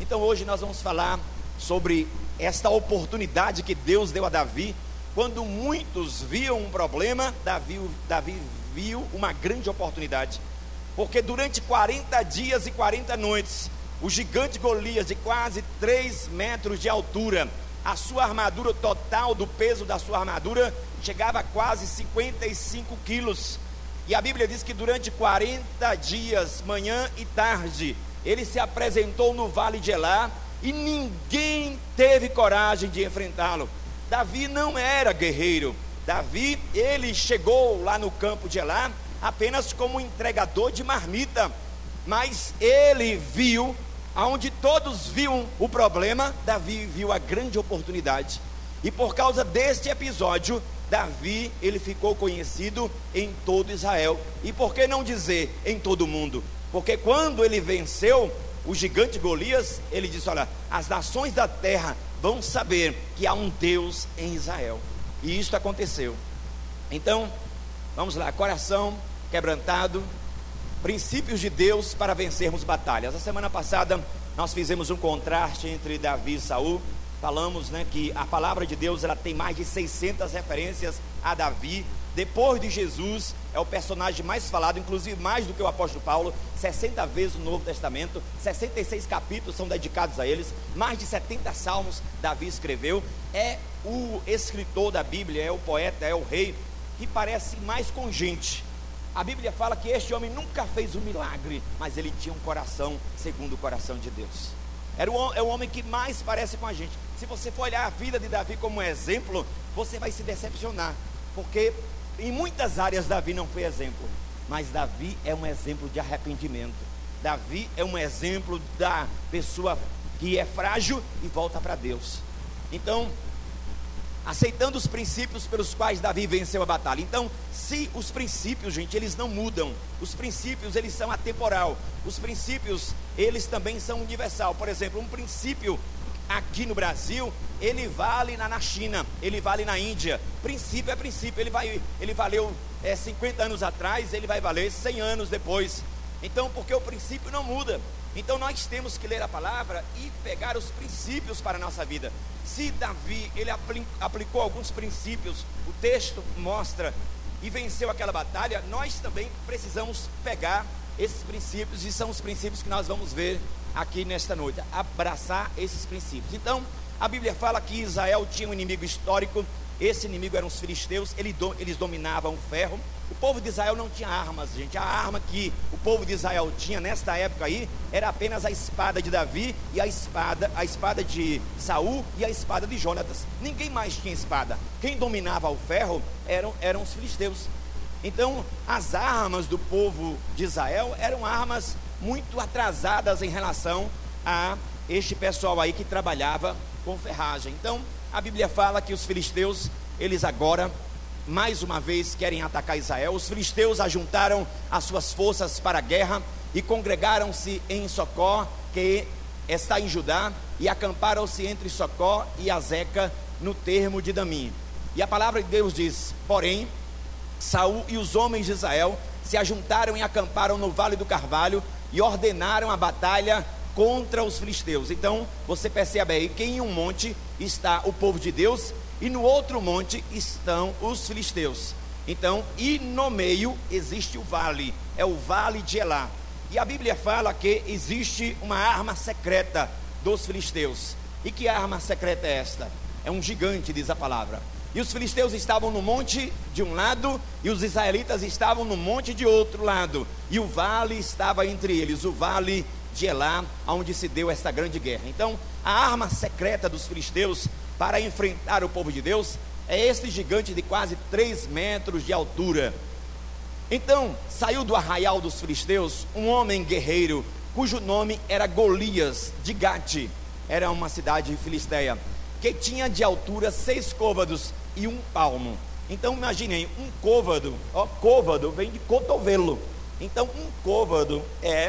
Então hoje nós vamos falar sobre esta oportunidade que Deus deu a Davi. Quando muitos viam um problema, Davi viu uma grande oportunidade, porque durante 40 dias e 40 noites, o gigante Golias, de quase 3 metros de altura, a sua armadura total, do peso da sua armadura, chegava a quase 55 quilos. E a Bíblia diz que durante 40 dias, manhã e tarde, ele se apresentou no vale de Elá, e ninguém teve coragem de enfrentá-lo. Davi não era guerreiro. Davi, ele chegou lá no campo de Elá apenas como entregador de marmita, mas ele viu, aonde todos viam o problema, Davi viu a grande oportunidade. E por causa deste episódio, Davi, ele ficou conhecido em todo Israel. E por que não dizer em todo o mundo? Porque quando ele venceu o gigante Golias, ele disse: olha, as nações da terra vão saber que há um Deus em Israel. E isso aconteceu. Então, vamos lá, coração quebrantado, princípios de Deus para vencermos batalhas. A semana passada nós fizemos um contraste entre Davi e Saul. Falamos, que a palavra de Deus, ela tem mais de 600 referências a Davi. Depois de Jesus, é o personagem mais falado, inclusive mais do que o apóstolo Paulo. 60 vezes no Novo Testamento, 66 capítulos são dedicados a eles, mais de 70 salmos Davi escreveu. É o escritor da Bíblia, é o poeta, é o rei que parece mais com gente. A Bíblia fala que este homem nunca fez um milagre, mas ele tinha um coração segundo o coração de Deus. É o homem que mais parece com a gente. Se você for olhar a vida de Davi como exemplo, você vai se decepcionar, porque em muitas áreas Davi não foi exemplo, mas Davi é um exemplo de arrependimento. Davi é um exemplo da pessoa que é frágil e volta para Deus. Então, aceitando os princípios pelos quais Davi venceu a batalha. Então, se os princípios, gente, eles não mudam. Os princípios, eles são atemporal. Os princípios, eles também são universal. Por exemplo, um princípio aqui no Brasil, ele vale na China, ele vale na Índia. Princípio é princípio. Ele valeu 50 anos atrás, ele vai valer 100 anos depois. Então, porque o princípio não muda. Então nós temos que ler a palavra e pegar os princípios para a nossa vida. Se Davi, ele aplicou alguns princípios, o texto mostra, e venceu aquela batalha, nós também precisamos pegar esses princípios, e são os princípios que nós vamos ver aqui nesta noite, abraçar esses princípios. Então, a Bíblia fala que Israel tinha um inimigo histórico. Esse inimigo eram os filisteus. Eles dominavam o ferro. O povo de Israel não tinha armas, gente. A arma que o povo de Israel tinha nesta época aí era apenas a espada de Davi e a espada de Saul e a espada de Jonatas. Ninguém mais tinha espada. Quem dominava o ferro eram os filisteus. Então, as armas do povo de Israel eram armas muito atrasadas em relação a este pessoal aí que trabalhava com ferragem. Então, a Bíblia fala que os filisteus, eles agora, mais uma vez, querem atacar Israel. Os filisteus ajuntaram as suas forças para a guerra e congregaram-se em Socó, que está em Judá, e acamparam-se entre Socó e Azeca, no termo de Damim. E a palavra de Deus diz: porém, Saul e os homens de Israel se ajuntaram e acamparam no Vale do Carvalho e ordenaram a batalha contra os filisteus. Então você percebe aí que em um monte está o povo de Deus e no outro monte estão os filisteus. Então, e no meio existe o vale, é o vale de Elá. E a Bíblia fala que existe uma arma secreta dos filisteus. E que arma secreta é esta? É um gigante, diz a palavra. E os filisteus estavam no monte de um lado e os israelitas estavam no monte de outro lado, e o vale estava entre eles, o vale de Elá, onde se deu esta grande guerra. Então, a arma secreta dos filisteus para enfrentar o povo de Deus é este gigante de quase 3 metros de altura. Então, saiu do arraial dos filisteus um homem guerreiro, cujo nome era Golias, de Gate, era uma cidade filisteia, que tinha de altura 6 côvados e 1 palmo. Então imaginem, um côvado, côvado vem de cotovelo. Então um côvado é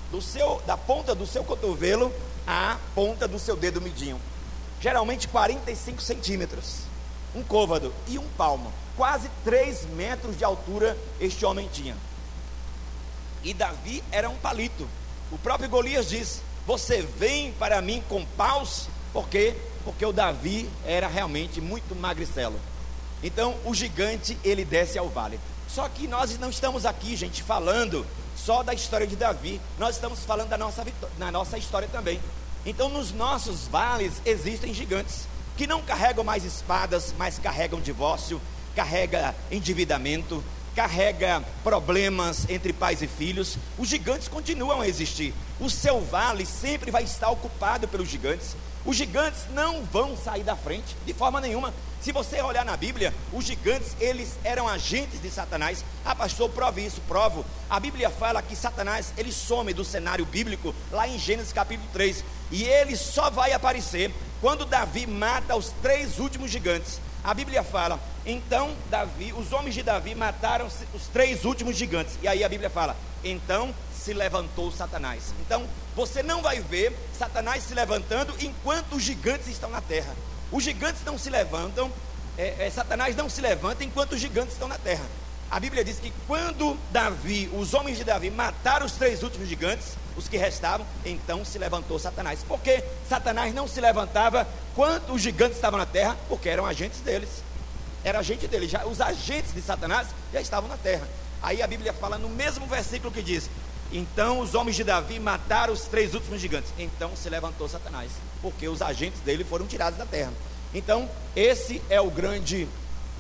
da ponta do seu cotovelo à ponta do seu dedo midinho, geralmente 45 centímetros. Um côvado e 1 palmo, quase 3 metros de altura este homem tinha. E Davi era um palito. O próprio Golias diz: você vem para mim com paus? Por quê? Porque o Davi era realmente muito magricelo. Então o gigante, ele desce ao vale. Só que nós não estamos aqui, gente, falando só da história de Davi. Nós estamos falando da nossa história também. Então nos nossos vales existem gigantes que não carregam mais espadas, mas carregam divórcio, carrega endividamento, carrega problemas entre pais e filhos. Os gigantes continuam a existir. O seu vale sempre vai estar ocupado pelos gigantes. Os gigantes não vão sair da frente de forma nenhuma. Se você olhar na Bíblia, os gigantes, eles eram agentes de Satanás. Ah, pastor, prove isso. Provo. A Bíblia fala que Satanás, ele some do cenário bíblico lá em Gênesis capítulo 3, e ele só vai aparecer quando Davi mata os 3 últimos gigantes. A Bíblia fala, então os homens de Davi mataram os 3 últimos gigantes. E aí a Bíblia fala, então se levantou Satanás. Então você não vai ver Satanás se levantando enquanto os gigantes estão na terra. Os gigantes não se levantam, Satanás não se levanta enquanto os gigantes estão na terra. A Bíblia diz que quando os homens de Davi mataram os 3 últimos gigantes, os que restavam, então se levantou Satanás. Por que Satanás não se levantava quando os gigantes estavam na terra? Porque eram agentes deles. Era agente deles. Os agentes de Satanás já estavam na terra. Aí a Bíblia fala no mesmo versículo que diz, então os homens de Davi mataram os 3 últimos gigantes. Então se levantou Satanás, porque os agentes dele foram tirados da terra. Então esse é o grande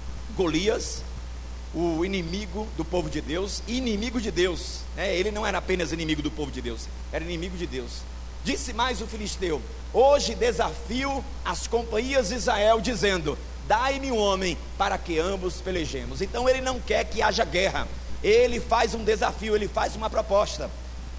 Golias, o inimigo do povo de Deus, inimigo de Deus, né? Ele não era apenas inimigo do povo de Deus, era inimigo de Deus. Disse mais o filisteu, hoje desafio as companhias de Israel, dizendo, dai-me um homem para que ambos pelejemos. Então ele não quer que haja guerra, ele faz um desafio, ele faz uma proposta.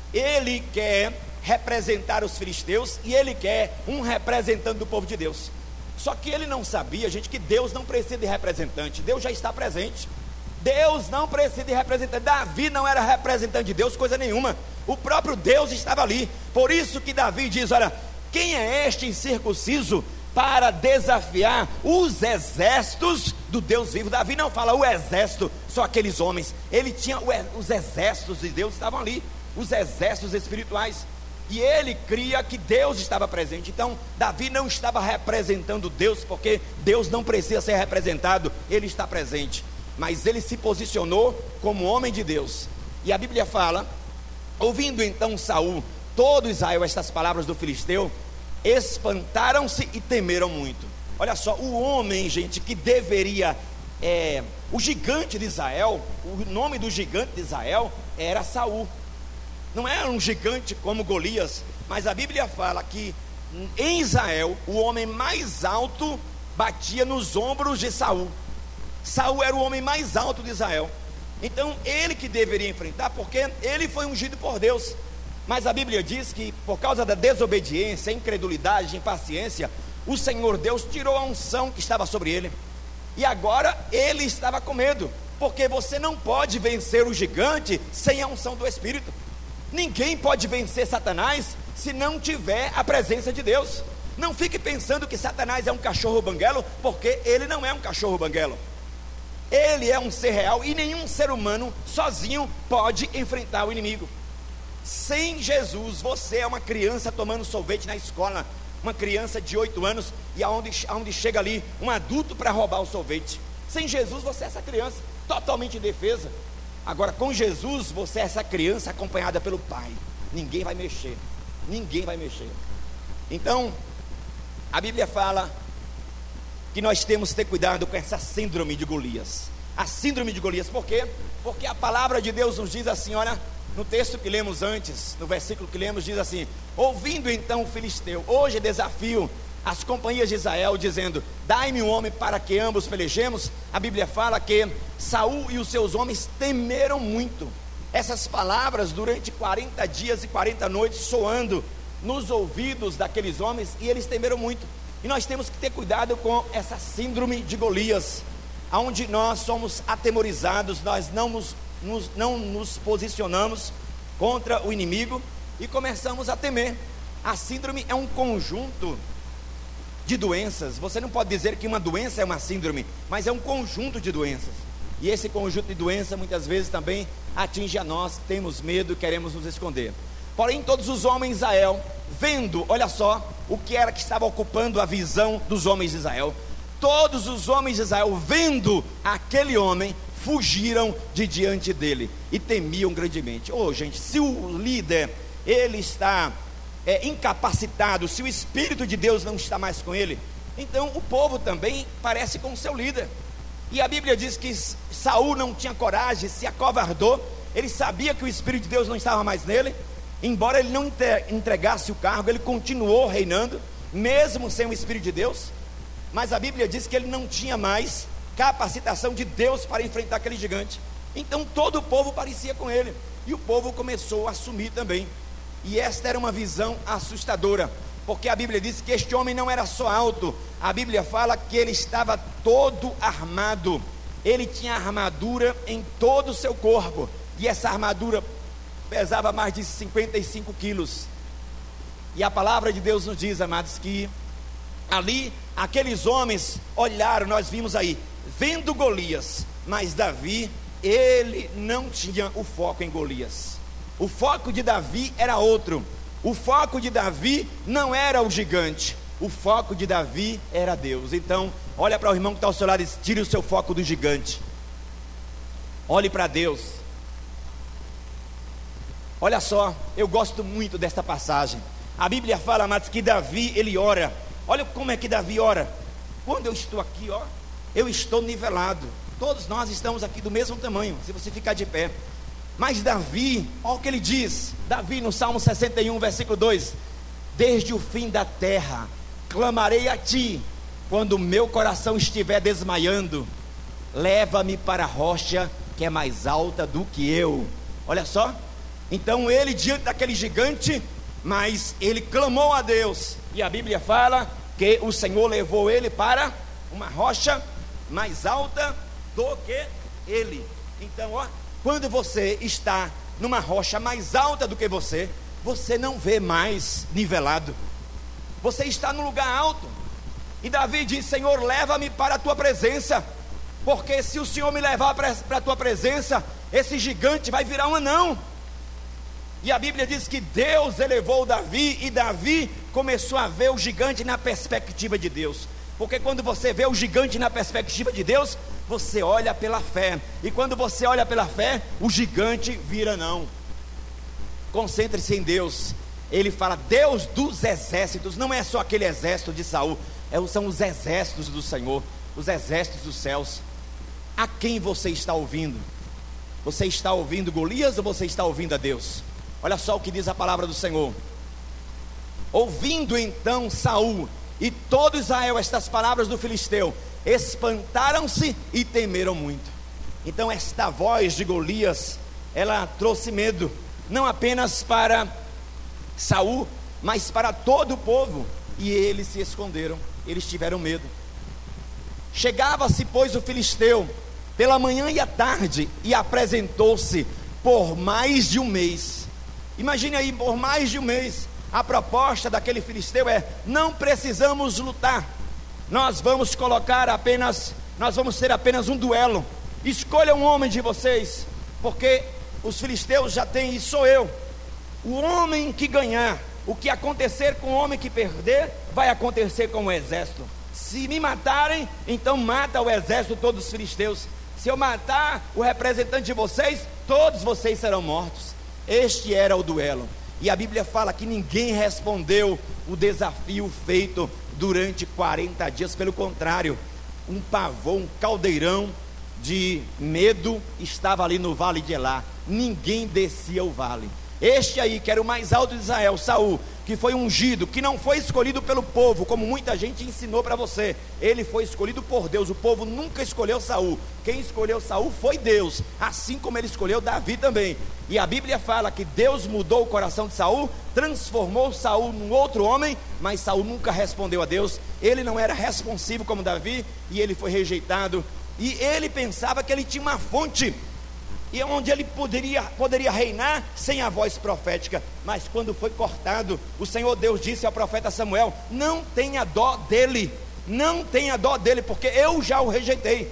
Ele quer representar os filisteus e ele quer um representante do povo de Deus. Só que ele não sabia, gente, que Deus não precisa de representante, Deus já está presente. Deus não precisa de representante. Davi não era representante de Deus, coisa nenhuma. O próprio Deus estava ali. Por isso que Davi diz, olha, quem é este incircunciso para desafiar os exércitos do Deus vivo? Davi não fala o exército, só aqueles homens. Ele tinha os exércitos de Deus estavam ali, os exércitos espirituais. E ele cria que Deus estava presente. Então Davi não estava representando Deus, porque Deus não precisa ser representado, ele está presente. Mas ele se posicionou como homem de Deus. E a Bíblia fala, ouvindo então Saul, todo Israel, estas palavras do filisteu, espantaram-se e temeram muito. Olha só, o homem, gente, que deveria, o gigante de Israel, o nome do gigante de Israel era Saul. Não era um gigante como Golias, mas a Bíblia fala que em Israel, o homem mais alto batia nos ombros de Saul. Saul era o homem mais alto de Israel. Então ele que deveria enfrentar, porque ele foi ungido por Deus. Mas a Bíblia diz que por causa da desobediência, incredulidade, impaciência, o Senhor Deus tirou a unção que estava sobre ele. E agora ele estava com medo, porque você não pode vencer o gigante sem a unção do Espírito. Ninguém pode vencer Satanás se não tiver a presença de Deus. Não fique pensando que Satanás é um cachorro banguelo, porque ele não é um cachorro banguelo. Ele é um ser real e nenhum ser humano sozinho pode enfrentar o inimigo. Sem Jesus, você é uma criança tomando sorvete na escola, uma criança de 8 anos, e aonde chega ali um adulto para roubar o sorvete. Sem Jesus, você é essa criança, totalmente indefesa. Agora, com Jesus, você é essa criança acompanhada pelo Pai. Ninguém vai mexer, ninguém vai mexer. Então, a Bíblia fala que nós temos que ter cuidado com essa síndrome de Golias. A síndrome de Golias, por quê? Porque a palavra de Deus nos diz assim, olha, no texto que lemos antes, no versículo que lemos, diz assim, ouvindo então o filisteu, hoje desafio as companhias de Israel, dizendo, dai-me um homem para que ambos pelejemos. A Bíblia fala que Saul e os seus homens temeram muito. Essas palavras durante 40 dias e 40 noites soando nos ouvidos daqueles homens, e eles temeram muito. E nós temos que ter cuidado com essa síndrome de Golias, onde nós somos atemorizados, nós não nos posicionamos contra o inimigo e começamos a temer. A síndrome é um conjunto de doenças. Você não pode dizer que uma doença é uma síndrome, mas é um conjunto de doenças. E esse conjunto de doenças muitas vezes também atinge a nós, temos medo e queremos nos esconder. Porém todos os homens de Israel, vendo, olha só, o que era que estava ocupando a visão dos homens de Israel, todos os homens de Israel, vendo aquele homem, fugiram de diante dele e temiam grandemente. Gente, se o líder, ele está incapacitado, se o Espírito de Deus não está mais com ele, então o povo também parece com o seu líder. E a Bíblia diz que Saul não tinha coragem, se acovardou. Ele sabia que o Espírito de Deus não estava mais nele. Embora ele não entregasse o cargo, ele continuou reinando, mesmo sem o Espírito de Deus. Mas a Bíblia diz que ele não tinha mais capacitação de Deus para enfrentar aquele gigante. Então todo o povo parecia com ele, e o povo começou a assumir também. E esta era uma visão assustadora, porque a Bíblia diz que este homem não era só alto, a Bíblia fala que ele estava todo armado. Ele tinha armadura em todo o seu corpo, e essa armadura pesava mais de 55 quilos. E a palavra de Deus nos diz, amados, que ali aqueles homens olharam, nós vimos aí, vendo Golias, mas Davi, ele não tinha o foco em Golias. O foco de Davi era outro. O foco de Davi não era o gigante, o foco de Davi era Deus. Então, olha para o irmão que está ao seu lado e diz: tire o seu foco do gigante, olhe para Deus. Olha só, eu gosto muito desta passagem. A Bíblia fala, amados, que Davi, ele ora. Olha como é que Davi ora. Quando eu estou aqui, eu estou nivelado. Todos nós estamos aqui do mesmo tamanho, se você ficar de pé. Mas Davi, olha o que ele diz. Davi no Salmo 61, versículo 2: desde o fim da terra clamarei a ti, quando o meu coração estiver desmaiando, leva-me para a rocha que é mais alta do que eu. Olha só, então ele diante daquele gigante, mas ele clamou a Deus, e a Bíblia fala que o Senhor levou ele para uma rocha mais alta do que ele. Então, quando você está numa rocha mais alta do que você não vê mais nivelado, você está num lugar alto. E Davi diz: Senhor, leva-me para a tua presença, porque se o Senhor me levar para a tua presença, esse gigante vai virar um anão. E a Bíblia diz que Deus elevou Davi, e Davi começou a ver o gigante na perspectiva de Deus. Porque quando você vê o gigante na perspectiva de Deus, você olha pela fé. E quando você olha pela fé, o gigante vira não. Concentre-se em Deus. Ele fala: Deus dos exércitos. Não é só aquele exército de Saul, são os exércitos do Senhor, os exércitos dos céus. A quem você está ouvindo? Você está ouvindo Golias ou você está ouvindo a Deus? Olha só o que diz a palavra do Senhor. Ouvindo então Saul e todo Israel estas palavras do filisteu, espantaram-se e temeram muito. Então esta voz de Golias, ela trouxe medo, não apenas para Saul, mas para todo o povo. E eles se esconderam, eles tiveram medo. Chegava-se, pois, o filisteu pela manhã e à tarde, e apresentou-se por mais de um mês. Imagine aí, por mais de um mês. A proposta daquele filisteu é: não precisamos lutar, nós vamos ter apenas um duelo. Escolha um homem de vocês, porque os filisteus já têm, e sou eu. O homem que ganhar, o que acontecer com o homem que perder, vai acontecer com o exército. Se me matarem, então mata o exército todos os filisteus. Se eu matar o representante de vocês, todos vocês serão mortos. Este era o duelo. E a Bíblia fala que ninguém respondeu o desafio feito durante 40 dias. Pelo contrário, um pavor, um caldeirão de medo estava ali no vale de Elá. Ninguém descia o vale. Este aí, que era o mais alto de Israel, Saul, que foi ungido, que não foi escolhido pelo povo, como muita gente ensinou para você. Ele foi escolhido por Deus. O povo nunca escolheu Saul. Quem escolheu Saul foi Deus, assim como ele escolheu Davi também. E a Bíblia fala que Deus mudou o coração de Saul, transformou Saul num outro homem, mas Saul nunca respondeu a Deus. Ele não era responsivo como Davi, e ele foi rejeitado. E ele pensava que ele tinha uma fonte, e onde ele poderia reinar sem a voz profética. Mas quando foi cortado, o Senhor Deus disse ao profeta Samuel: não tenha dó dele, não tenha dó dele, porque eu já o rejeitei,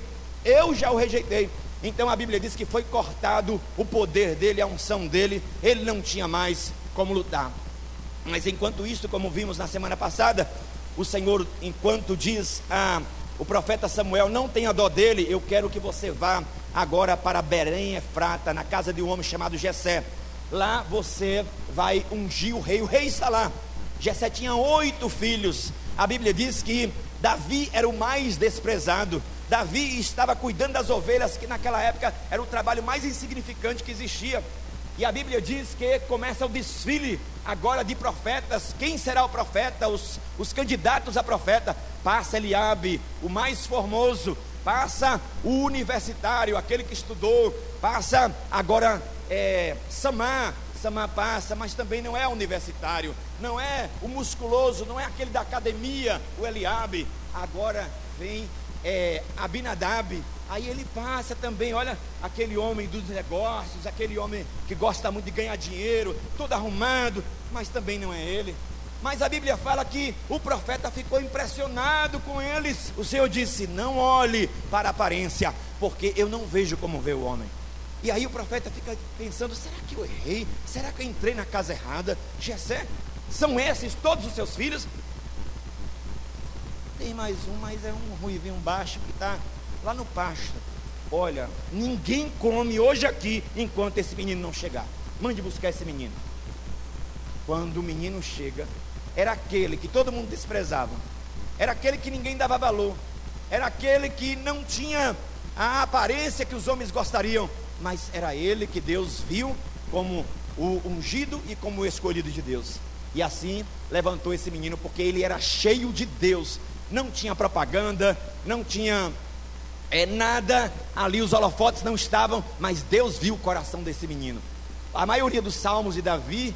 Então a Bíblia diz que foi cortado o poder dele, a unção dele. Ele não tinha mais como lutar. Mas enquanto isso, como vimos na semana passada, o Senhor, enquanto diz o profeta Samuel: não tenha dó dele, eu quero que você vá agora para Belém Efrata, na casa de um homem chamado Jessé. Lá você vai ungir o rei. O rei está lá. Jessé tinha 8 filhos. A Bíblia diz que Davi era o mais desprezado. Davi estava cuidando das ovelhas, que naquela época era o trabalho mais insignificante que existia. E a Bíblia diz que começa o desfile agora de profetas. Quem será o profeta? Os candidatos a profeta. Passa Eliabe, o mais formoso. Passa o universitário, aquele que estudou. Passa agora Samá passa, mas também não é universitário. Não é o musculoso, não é aquele da academia, o Eliabe. Agora vem Abinadab. Aí ele passa também, olha, aquele homem dos negócios, aquele homem que gosta muito de ganhar dinheiro, todo arrumado, mas também não é ele. Mas a Bíblia fala que o profeta ficou impressionado com eles. O Senhor disse: não olhe para a aparência, porque eu não vejo como vê o homem. E aí o profeta fica pensando: será que eu errei? Será que eu entrei na casa errada? Jessé, são esses todos os seus filhos? Tem mais um, mas é um ruivinho baixo que está lá no pasto. Olha, ninguém come hoje aqui enquanto esse menino não chegar. Mande buscar esse menino. Quando o menino chega, era aquele que todo mundo desprezava, era aquele que ninguém dava valor, era aquele que não tinha a aparência que os homens gostariam, mas era ele que Deus viu como o ungido e como o escolhido de Deus. E assim levantou esse menino, porque ele era cheio de Deus. Não tinha propaganda, não tinha nada ali, os holofotes não estavam, mas Deus viu o coração desse menino. A maioria dos salmos de Davi,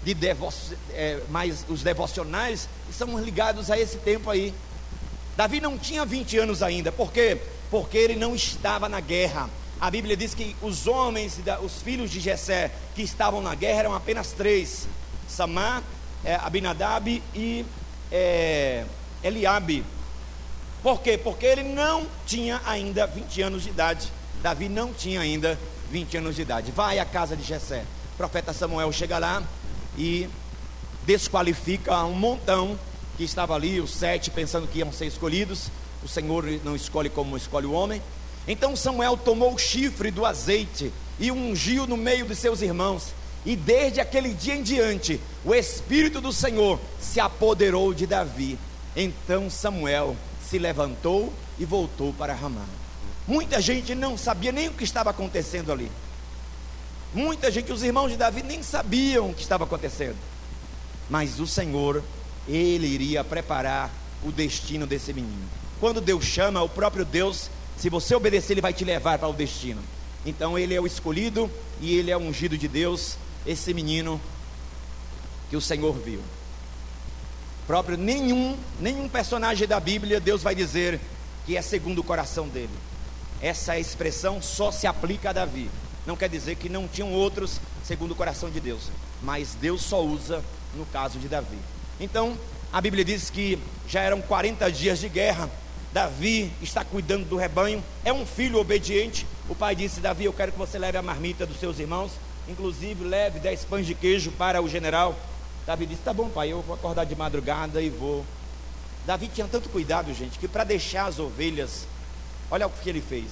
mais os devocionais, são ligados a esse tempo aí. Davi não tinha 20 anos ainda. Por quê? Porque ele não estava na guerra. A Bíblia diz que os homens, os filhos de Jessé que estavam na guerra eram apenas 3: Samá, Abinadab e Eliabe. Por quê? Porque ele não tinha ainda 20 anos de idade. Davi não tinha ainda 20 anos de idade. Vai à casa de Jessé. O profeta Samuel chega lá e desqualifica um montão que estava ali, os 7 pensando que iam ser escolhidos. O Senhor não escolhe como escolhe o homem. Então Samuel tomou o chifre do azeite e ungiu no meio de seus irmãos. E desde aquele dia em diante, o Espírito do Senhor se apoderou de Davi. Então Samuel se levantou e voltou para Ramá. Muita gente não sabia nem o que estava acontecendo ali. Muita gente, os irmãos de Davi nem sabiam o que estava acontecendo. Mas o Senhor, Ele iria preparar o destino desse menino. Quando Deus chama, o próprio Deus, se você obedecer, Ele vai te levar para o destino. Então ele é o escolhido e ele é o ungido de Deus, esse menino que o Senhor viu. Próprio nenhum personagem da Bíblia Deus vai dizer que é segundo o coração dele. Essa expressão só se aplica a Davi. Não quer dizer que não tinham outros segundo o coração de Deus, mas Deus só usa no caso de Davi. Então a Bíblia diz que já eram 40 dias de guerra. Davi está cuidando do rebanho, é um filho obediente. O pai disse: Davi, eu quero que você leve a marmita dos seus irmãos, inclusive leve 10 pães de queijo para o general. Davi disse: tá bom, pai, eu vou acordar de madrugada e vou. Davi tinha tanto cuidado, gente, que para deixar as ovelhas, olha o que ele fez.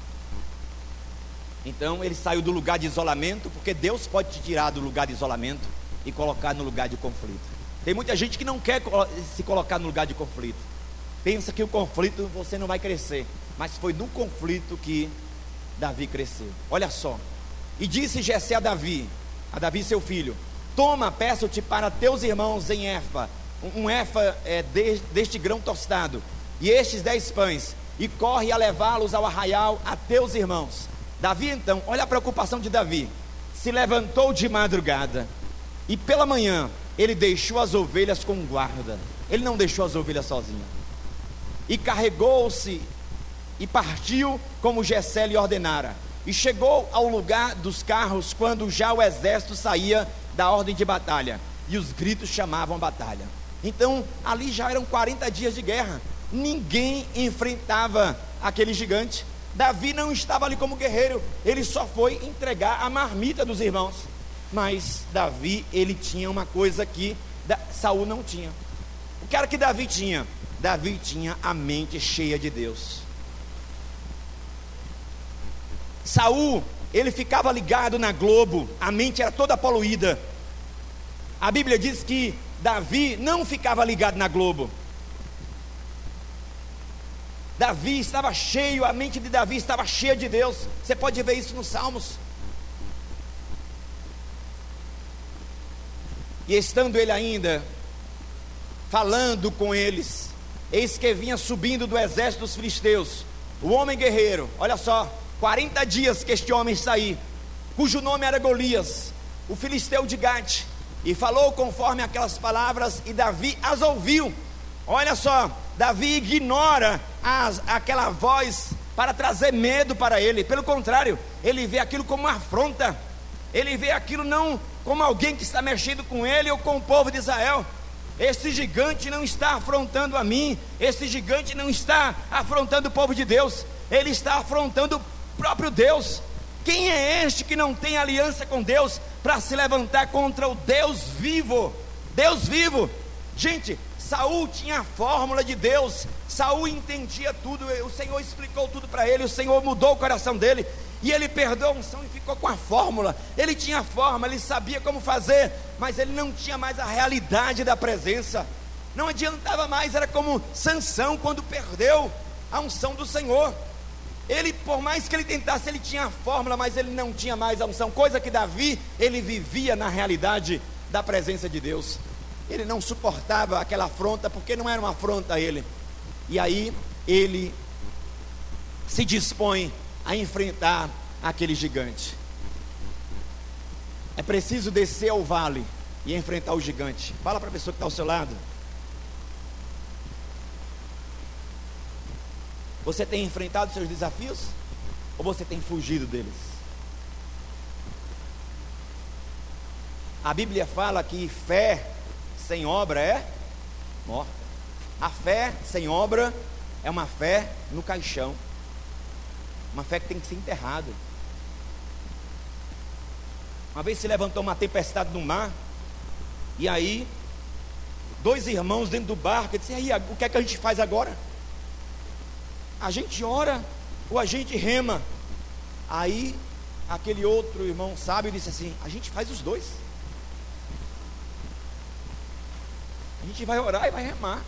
Então ele saiu do lugar de isolamento, porque Deus pode te tirar do lugar de isolamento e colocar no lugar de conflito. Tem muita gente que não quer se colocar no lugar de conflito, pensa que o conflito você não vai crescer, mas foi no conflito que Davi cresceu. Olha só. E disse Jessé a Davi seu filho: toma, peço-te para teus irmãos em efa, um efa deste grão tostado, e estes 10 pães, e corre a levá-los ao arraial a teus irmãos. Davi então, olha a preocupação de Davi, se levantou de madrugada, e pela manhã ele deixou as ovelhas com guarda. Ele não deixou as ovelhas sozinhas. E carregou-se e partiu como Jessé lhe ordenara. E chegou ao lugar dos carros quando já o exército saía da ordem de batalha, e os gritos chamavam a batalha. Então ali já eram 40 dias de guerra. Ninguém enfrentava aquele gigante. Davi não estava ali como guerreiro, ele só foi entregar a marmita dos irmãos. Mas Davi, ele tinha uma coisa que Saul não tinha. O que era que Davi tinha? Davi tinha a mente cheia de Deus. Saul, ele ficava ligado na Globo, a mente era toda poluída. A Bíblia diz que Davi não ficava ligado na Globo. Davi estava cheio, a mente de Davi estava cheia de Deus. Você pode ver isso nos Salmos. E estando ele ainda falando com eles, eis que vinha subindo do exército dos filisteus o homem guerreiro. Olha só, 40 dias que este homem está aí, cujo nome era Golias, o filisteu de Gate, e falou conforme aquelas palavras, e Davi as ouviu. Olha só, Davi ignora aquela voz para trazer medo para ele. Pelo contrário, ele vê aquilo como uma afronta. Ele vê aquilo não como alguém que está mexendo com ele ou com o povo de Israel. Esse gigante não está afrontando a mim. Esse gigante não está afrontando o povo de Deus. Ele está afrontando o próprio Deus. Quem é este que não tem aliança com Deus para se levantar contra o Deus vivo? Deus vivo. Gente, Saul tinha a fórmula de Deus. Saul entendia tudo. O Senhor explicou tudo para ele. O Senhor mudou o coração dele, e ele perdeu a unção e ficou com a fórmula. Ele tinha a fórmula, ele sabia como fazer, mas ele não tinha mais a realidade da presença. Não adiantava mais. Era como Sansão quando perdeu a unção do Senhor. Ele, por mais que ele tentasse, ele tinha a fórmula, mas ele não tinha mais a unção. Coisa que Davi, ele vivia na realidade da presença de Deus. Ele não suportava aquela afronta, porque não era uma afronta a ele. E aí ele se dispõe a enfrentar aquele gigante. É preciso descer ao vale e enfrentar o gigante. Fala para a pessoa que está ao seu lado: você tem enfrentado seus desafios, ou você tem fugido deles? A Bíblia fala que fé sem obra é morta. A fé sem obra é uma fé no caixão, uma fé que tem que ser enterrada. Uma vez se levantou uma tempestade no mar, e aí 2 irmãos dentro do barco disseram: aí, o que é que a gente faz agora? A gente ora ou a gente rema? Aí aquele outro irmão sábio disse assim: a gente faz os dois. A gente vai orar e vai remar.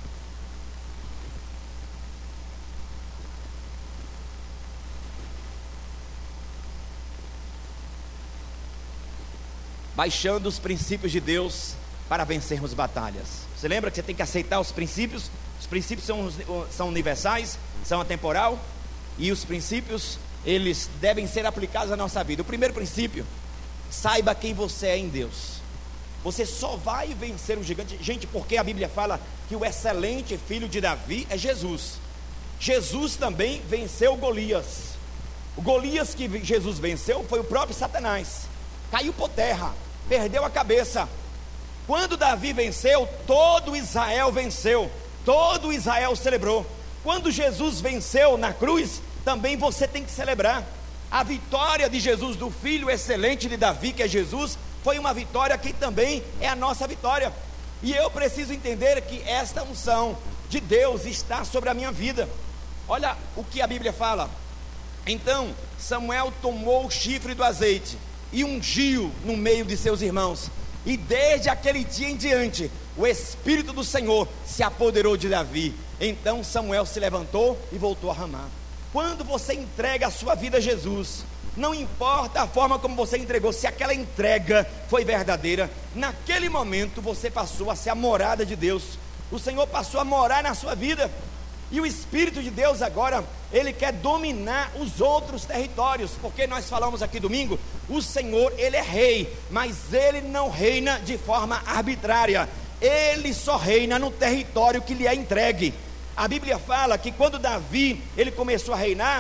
Baixando os princípios de Deus para vencermos batalhas. Você lembra que você tem que aceitar os princípios? Os princípios são universais, são atemporal, e os princípios, eles devem ser aplicados à nossa vida. O primeiro princípio: saiba quem você é em Deus. Você só vai vencer o gigante, gente, porque a Bíblia fala que o excelente filho de Davi é Jesus. Jesus também venceu Golias. O Golias que Jesus venceu foi o próprio Satanás. Caiu por terra, perdeu a cabeça. Quando Davi venceu, todo Israel venceu, todo Israel celebrou. Quando Jesus venceu na cruz, também você tem que celebrar. A vitória de Jesus, do filho excelente de Davi, que é Jesus, foi uma vitória que também é a nossa vitória. E eu preciso entender que esta unção de Deus está sobre a minha vida. Olha o que a Bíblia fala: então Samuel tomou o chifre do azeite e ungiu no meio de seus irmãos, e desde aquele dia em diante o Espírito do Senhor se apoderou de Davi. Então Samuel se levantou e voltou a ramar. Quando você entrega a sua vida a Jesus, não importa a forma como você entregou, se aquela entrega foi verdadeira, naquele momento você passou a ser a morada de Deus. O Senhor passou a morar na sua vida. E o Espírito de Deus agora, Ele quer dominar os outros territórios. Porque nós falamos aqui domingo, o Senhor, Ele é rei, mas Ele não reina de forma arbitrária. Ele só reina no território que lhe é entregue. A Bíblia fala que quando Davi, ele começou a reinar,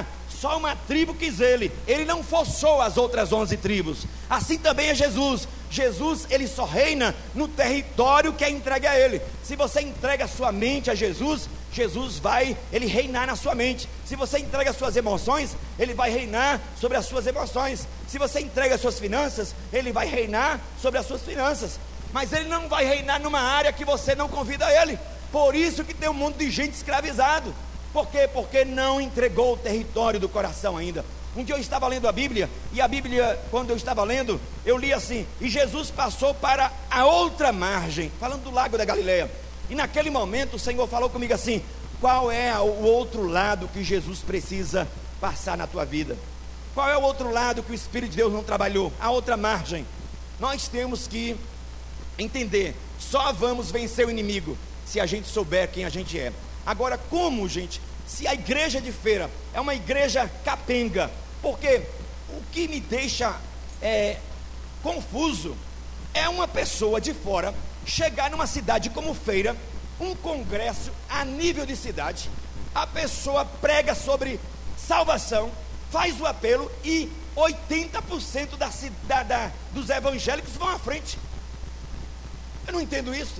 só uma tribo quis ele não forçou as outras 11 tribos. Assim também é Jesus. Jesus, ele só reina no território que é entregue a ele. Se você entrega a sua mente a Jesus, Jesus vai, ele reinar na sua mente. Se você entrega as suas emoções, ele vai reinar sobre as suas emoções. Se você entrega as suas finanças, ele vai reinar sobre as suas finanças. Mas ele não vai reinar numa área que você não convida ele. Por isso que tem um monte de gente escravizado. Por quê? Porque não entregou o território do coração ainda. Um dia eu estava lendo a Bíblia, e a Bíblia, quando eu estava lendo, eu li assim: e Jesus passou para a outra margem, falando do lago da Galileia. E naquele momento o Senhor falou comigo assim: qual é o outro lado que Jesus precisa passar na tua vida? Qual é o outro lado que o Espírito de Deus não trabalhou? A outra margem. Nós temos que entender, só vamos vencer o inimigo se a gente souber quem a gente é. Agora, como, gente? Se a igreja de Feira é uma igreja capenga, porque o que me deixa confuso é uma pessoa de fora chegar numa cidade como Feira, um congresso a nível de cidade, a pessoa prega sobre salvação, faz o apelo e 80% dos evangélicos vão à frente. Eu não entendo isso.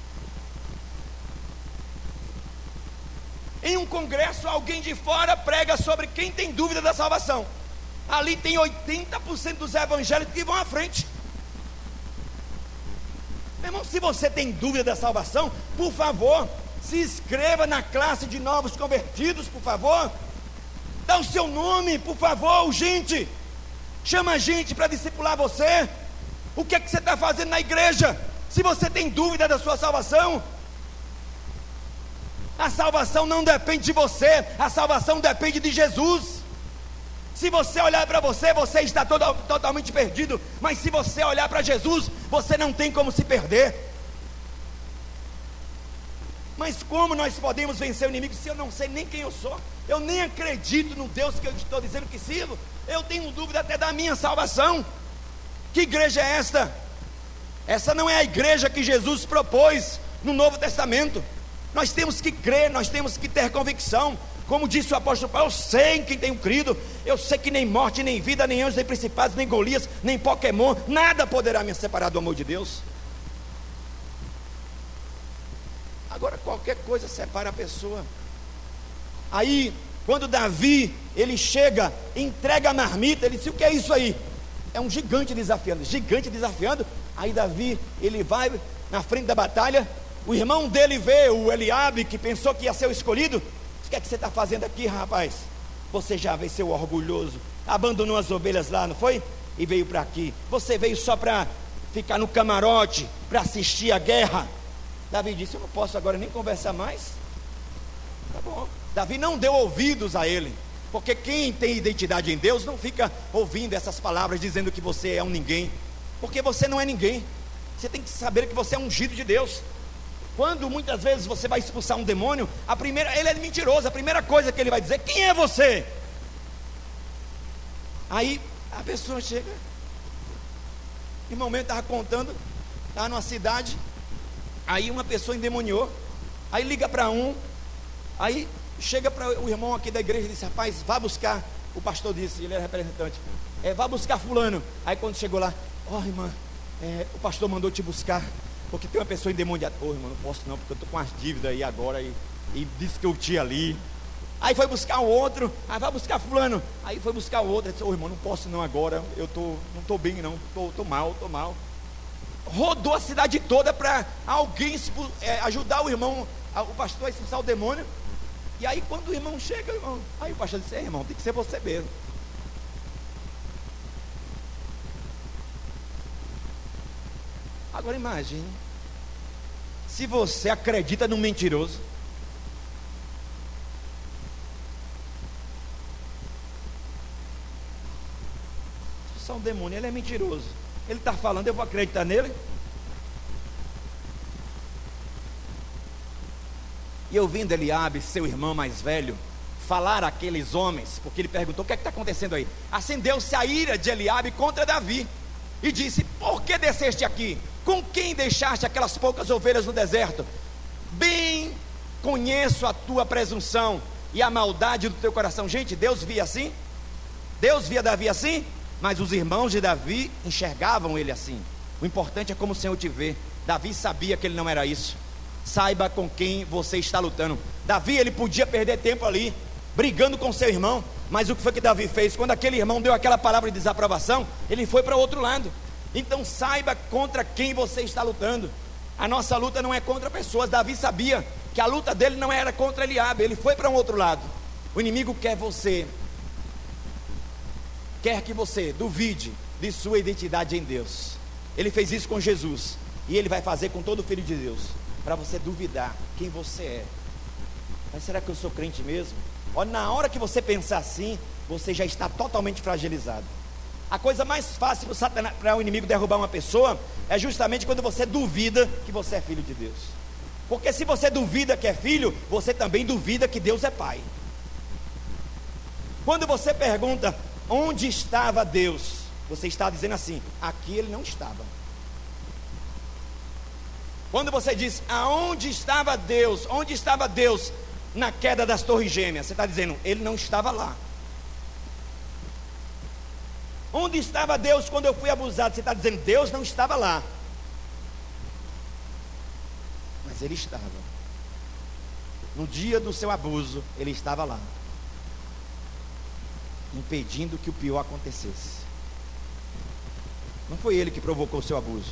Em um congresso, alguém de fora prega sobre quem tem dúvida da salvação. Ali tem 80% dos evangélicos que vão à frente. Meu irmão, se você tem dúvida da salvação, por favor, se inscreva na classe de novos convertidos, por favor. Dá o seu nome, por favor, gente. Chama a gente para discipular você. O que é que você está fazendo na igreja? Se você tem dúvida da sua salvação, a salvação não depende de você, a salvação depende de Jesus. Se você olhar para você, você está totalmente perdido. Mas se você olhar para Jesus, você não tem como se perder. Mas como nós podemos vencer o inimigo se eu não sei nem quem eu sou? Eu nem acredito no Deus que eu estou dizendo que sirvo. Eu tenho dúvida até da minha salvação. Que igreja é esta? Essa não é a igreja que Jesus propôs no Novo Testamento. Nós temos que crer, nós temos que ter convicção. Como disse o apóstolo Paulo: eu sei em quem tenho crido. Eu sei que nem morte, nem vida, nem anjos, nem principados, nem Golias, nem Pokémon, nada poderá me separar do amor de Deus. Agora qualquer coisa separa a pessoa. Aí quando Davi, ele chega, entrega a marmita, ele disse: o que é isso aí? É um gigante desafiando. Aí Davi, ele vai na frente da batalha. O irmão dele vê, o Eliabe, que pensou que ia ser o escolhido. O que é que você está fazendo aqui, rapaz? Você já venceu orgulhoso, abandonou as ovelhas lá, não foi? E veio para aqui. Você veio só para ficar no camarote, para assistir a guerra. Davi disse: eu não posso agora nem conversar mais. Tá bom. Davi não deu ouvidos a ele, porque quem tem identidade em Deus não fica ouvindo essas palavras dizendo que você é um ninguém, porque você não é ninguém. Você tem que saber que você é ungido de Deus. Quando muitas vezes você vai expulsar um demônio, ele é mentiroso, a primeira coisa que ele vai dizer: quem é você? Aí a pessoa chega. Irmão meu estava contando, estava numa cidade, aí uma pessoa endemoniou, aí liga para aí chega para o irmão aqui da igreja e diz: rapaz, vá buscar. O pastor disse, ele era representante, vá buscar fulano. Aí quando chegou lá: irmã, o pastor mandou te buscar, porque tem uma pessoa endemoniada. Irmão, não posso não, porque eu estou com as dívidas aí agora, e disse que eu tinha ali. Aí foi buscar o outro, vai buscar fulano. Aí foi buscar o outro, disse: irmão, não posso não agora, não estou bem não, estou mal. Rodou a cidade toda para alguém ajudar o irmão, o pastor a expulsar o demônio. E aí quando o irmão chega, aí o pastor disse: irmão, tem que ser você mesmo. Agora imagine, se você acredita no mentiroso. Só um demônio, ele é mentiroso. Ele está falando, eu vou acreditar nele? E ouvindo Eliabe, seu irmão mais velho, falar àqueles homens, porque ele perguntou: o que é que está acontecendo aí? Acendeu-se a ira de Eliabe contra Davi e disse: por que desceste aqui? Com quem deixaste aquelas poucas ovelhas no deserto? Bem conheço a tua presunção e a maldade do teu coração. Gente, Deus via assim? Deus via Davi assim? Mas os irmãos de Davi enxergavam ele assim. O importante é como o Senhor te vê. Davi sabia que ele não era isso. Saiba com quem você está lutando. Davi, ele podia perder tempo ali, brigando com seu irmão, mas o que foi que Davi fez? Quando aquele irmão deu aquela palavra de desaprovação, ele foi para o outro lado. Então saiba contra quem você está lutando. A nossa luta não é contra pessoas. Davi sabia que a luta dele não era contra Eliabe, ele foi para um outro lado. O inimigo quer que você duvide de sua identidade em Deus. Ele fez isso com Jesus, e ele vai fazer com todo filho de Deus, para você duvidar quem você é. Mas será que eu sou crente mesmo? Olha, na hora que você pensar assim, você já está totalmente fragilizado. A coisa mais fácil para o inimigo derrubar uma pessoa é justamente quando você duvida que você é filho de Deus. Porque se você duvida que é filho, você também duvida que Deus é pai. Quando você pergunta onde estava Deus, você está dizendo assim: aqui ele não estava. Quando você diz aonde estava Deus, onde estava Deus na queda das torres gêmeas, você está dizendo, ele não estava lá. Onde estava Deus quando eu fui abusado? Você está dizendo, Deus não estava lá. Mas ele estava. No dia do seu abuso, ele estava lá, impedindo que o pior acontecesse. Não foi ele que provocou o seu abuso.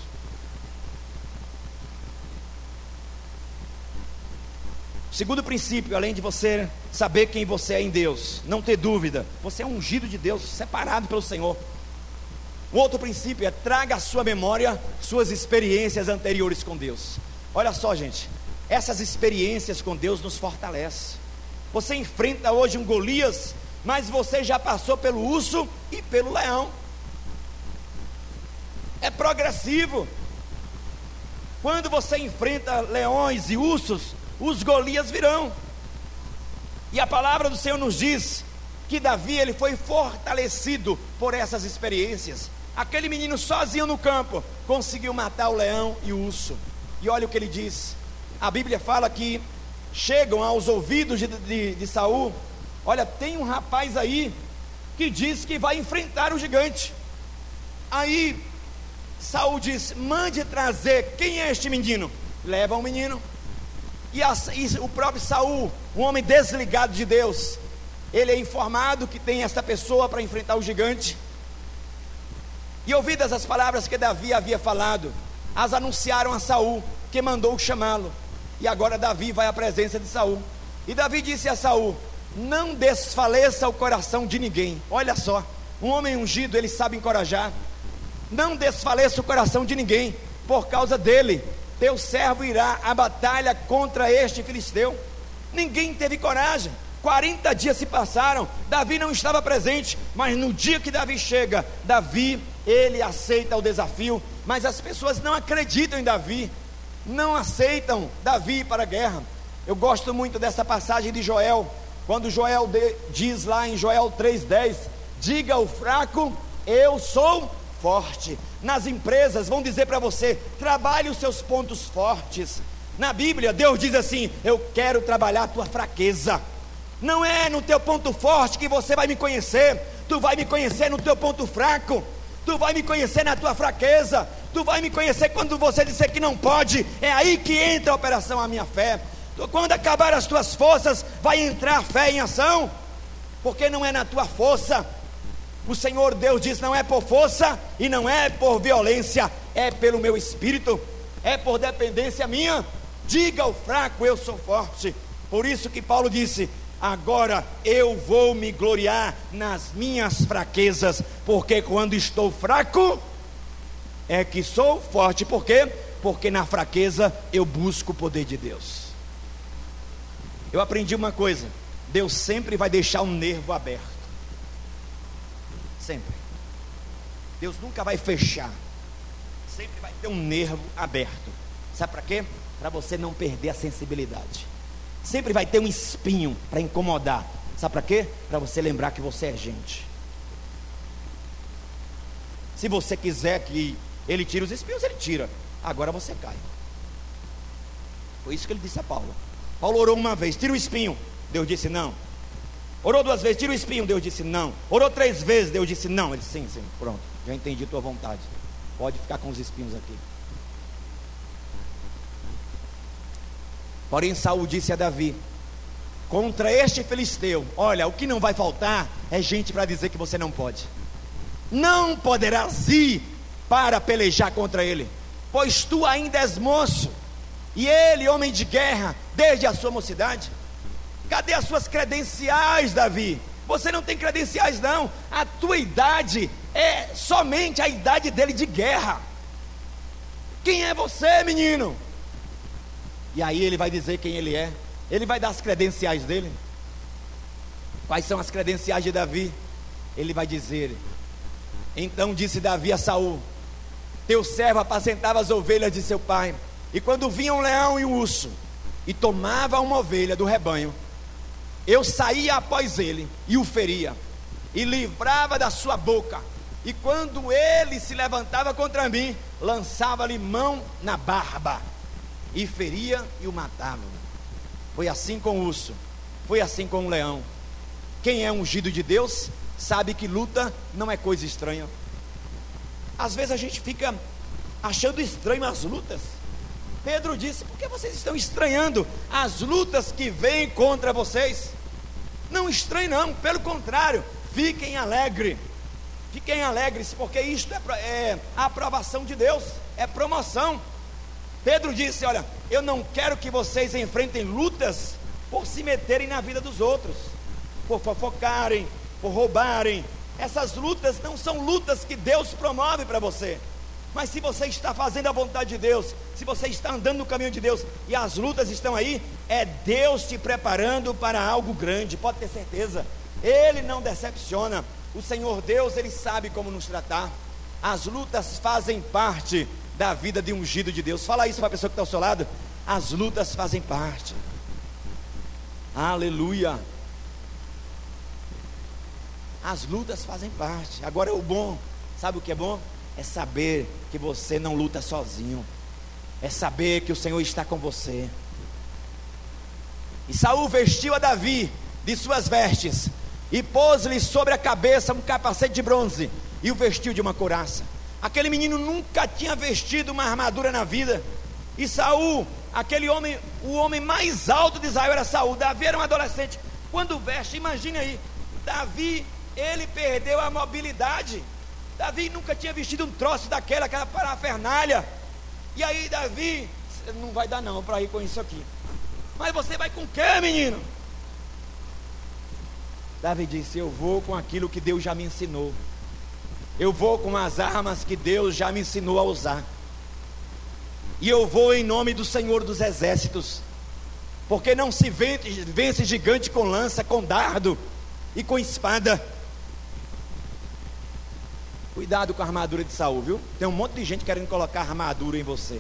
Segundo princípio, além de você saber quem você é em Deus, não ter dúvida, você é ungido de Deus, separado pelo Senhor. O outro princípio é: traga à sua memória suas experiências anteriores com Deus. Olha só, gente, essas experiências com Deus nos fortalecem. Você enfrenta hoje um Golias, mas você já passou pelo urso e pelo leão. É progressivo. Quando você enfrenta leões e ursos, os Golias virão. E a palavra do Senhor nos diz que Davi, ele foi fortalecido por essas experiências. Aquele menino sozinho no campo conseguiu matar o leão e o urso. E olha o que ele diz. A Bíblia fala que chegam aos ouvidos de Saul: olha, tem um rapaz aí que diz que vai enfrentar o gigante. Aí Saul diz: mande trazer. Quem é este menino? Leva o menino. E o próprio Saul, um homem desligado de Deus, ele é informado que tem esta pessoa para enfrentar o gigante. E ouvidas as palavras que Davi havia falado, as anunciaram a Saul, que mandou chamá-lo. E agora Davi vai à presença de Saul. E Davi disse a Saul: não desfaleça o coração de ninguém. Olha só, um homem ungido, ele sabe encorajar. Não desfaleça o coração de ninguém, por causa dele teu servo irá à batalha contra este filisteu. Ninguém teve coragem. 40 dias se passaram, Davi não estava presente, mas no dia que Davi chega, Davi, ele aceita o desafio. Mas as pessoas não acreditam em Davi, não aceitam Davi para a guerra. Eu gosto muito dessa passagem de Joel, quando Joel diz lá em Joel 3,10: diga ao fraco, eu sou forte. Nas empresas vão dizer para você: trabalhe os seus pontos fortes. Na Bíblia Deus diz assim: eu quero trabalhar a tua fraqueza. Não é no teu ponto forte que você vai me conhecer. Tu vai me conhecer no teu ponto fraco. Tu vai me conhecer na tua fraqueza. Tu vai me conhecer quando você disser que não pode. É aí que entra a operação a minha fé. Quando acabar as tuas forças, vai entrar a fé em ação. Porque não é na tua força. O Senhor Deus diz: não é por força e não é por violência, é pelo meu espírito, é por dependência minha. Diga ao fraco, eu sou forte. Por isso que Paulo disse: agora eu vou me gloriar nas minhas fraquezas, porque quando estou fraco é que sou forte. Por quê? Porque na fraqueza eu busco o poder de Deus. Eu aprendi uma coisa: Deus sempre vai deixar um nervo aberto. Sempre. Deus nunca vai fechar. Sempre vai ter um nervo aberto. Sabe para quê? Para você não perder a sensibilidade. Sempre vai ter um espinho para incomodar. Sabe para quê? Para você lembrar que você é gente. Se você quiser que ele tire os espinhos, ele tira. Agora você cai. Foi isso que ele disse a Paulo. Paulo orou uma vez: tira o espinho. Deus disse não. Orou 2 vezes, tira o espinho, Deus disse não. Orou 3 vezes, Deus disse não. Ele disse, sim, pronto, já entendi tua vontade, pode ficar com os espinhos aqui. Porém Saul disse a Davi: contra este filisteu, olha, o que não vai faltar é gente para dizer que você não pode. Não poderás ir para pelejar contra ele, pois tu ainda és moço, e ele homem de guerra desde a sua mocidade. Cadê as suas credenciais, Davi? Você não tem credenciais não. A tua idade é somente a idade dele de guerra. Quem é você, menino? E aí ele vai dizer quem ele é. Ele vai dar as credenciais dele. Quais são as credenciais de Davi? Ele vai dizer: então disse Davi a Saul: teu servo apacentava as ovelhas de seu pai, e quando vinha um leão e um urso e tomava uma ovelha do rebanho, eu saía após ele e o feria, e livrava da sua boca, e quando ele se levantava contra mim, lançava-lhe mão na barba, e feria e o matava. Foi assim com o urso, foi assim com o leão. Quem é ungido de Deus sabe que luta não é coisa estranha. Às vezes a gente fica achando estranho as lutas. Pedro disse: por que vocês estão estranhando as lutas que vêm contra vocês? Não estranhem não, pelo contrário, fiquem alegres. Fiquem alegres, porque isto é a aprovação de Deus, é promoção. Pedro disse: olha, eu não quero que vocês enfrentem lutas por se meterem na vida dos outros, por fofocarem, por roubarem. Essas lutas não são lutas que Deus promove para você. Mas se você está fazendo a vontade de Deus, se você está andando no caminho de Deus, e as lutas estão aí, é Deus te preparando para algo grande, pode ter certeza. Ele não decepciona. O Senhor Deus, Ele sabe como nos tratar. As lutas fazem parte da vida de ungido de Deus. Fala isso para a pessoa que está ao seu lado: as lutas fazem parte. Aleluia. As lutas fazem parte. Agora o bom, sabe o que é bom? É saber que você não luta sozinho, é saber que o Senhor está com você. E Saul vestiu a Davi de suas vestes, e pôs-lhe sobre a cabeça um capacete de bronze, e o vestiu de uma couraça. Aquele menino nunca tinha vestido uma armadura na vida. E Saul, aquele homem, o homem mais alto de Israel era Saul. Davi era um adolescente. Quando veste, imagine aí, Davi, ele perdeu a mobilidade. Davi nunca tinha vestido um troço daquela, aquela parafernália. E aí Davi, não vai dar não para ir com isso aqui. Mas você vai com o quê, menino? Davi disse: eu vou com aquilo que Deus já me ensinou. Eu vou com as armas que Deus já me ensinou a usar. E eu vou em nome do Senhor dos Exércitos. Porque não se vence gigante com lança, com dardo e com espada. Cuidado com a armadura de Saul, viu? Tem um monte de gente querendo colocar armadura em você.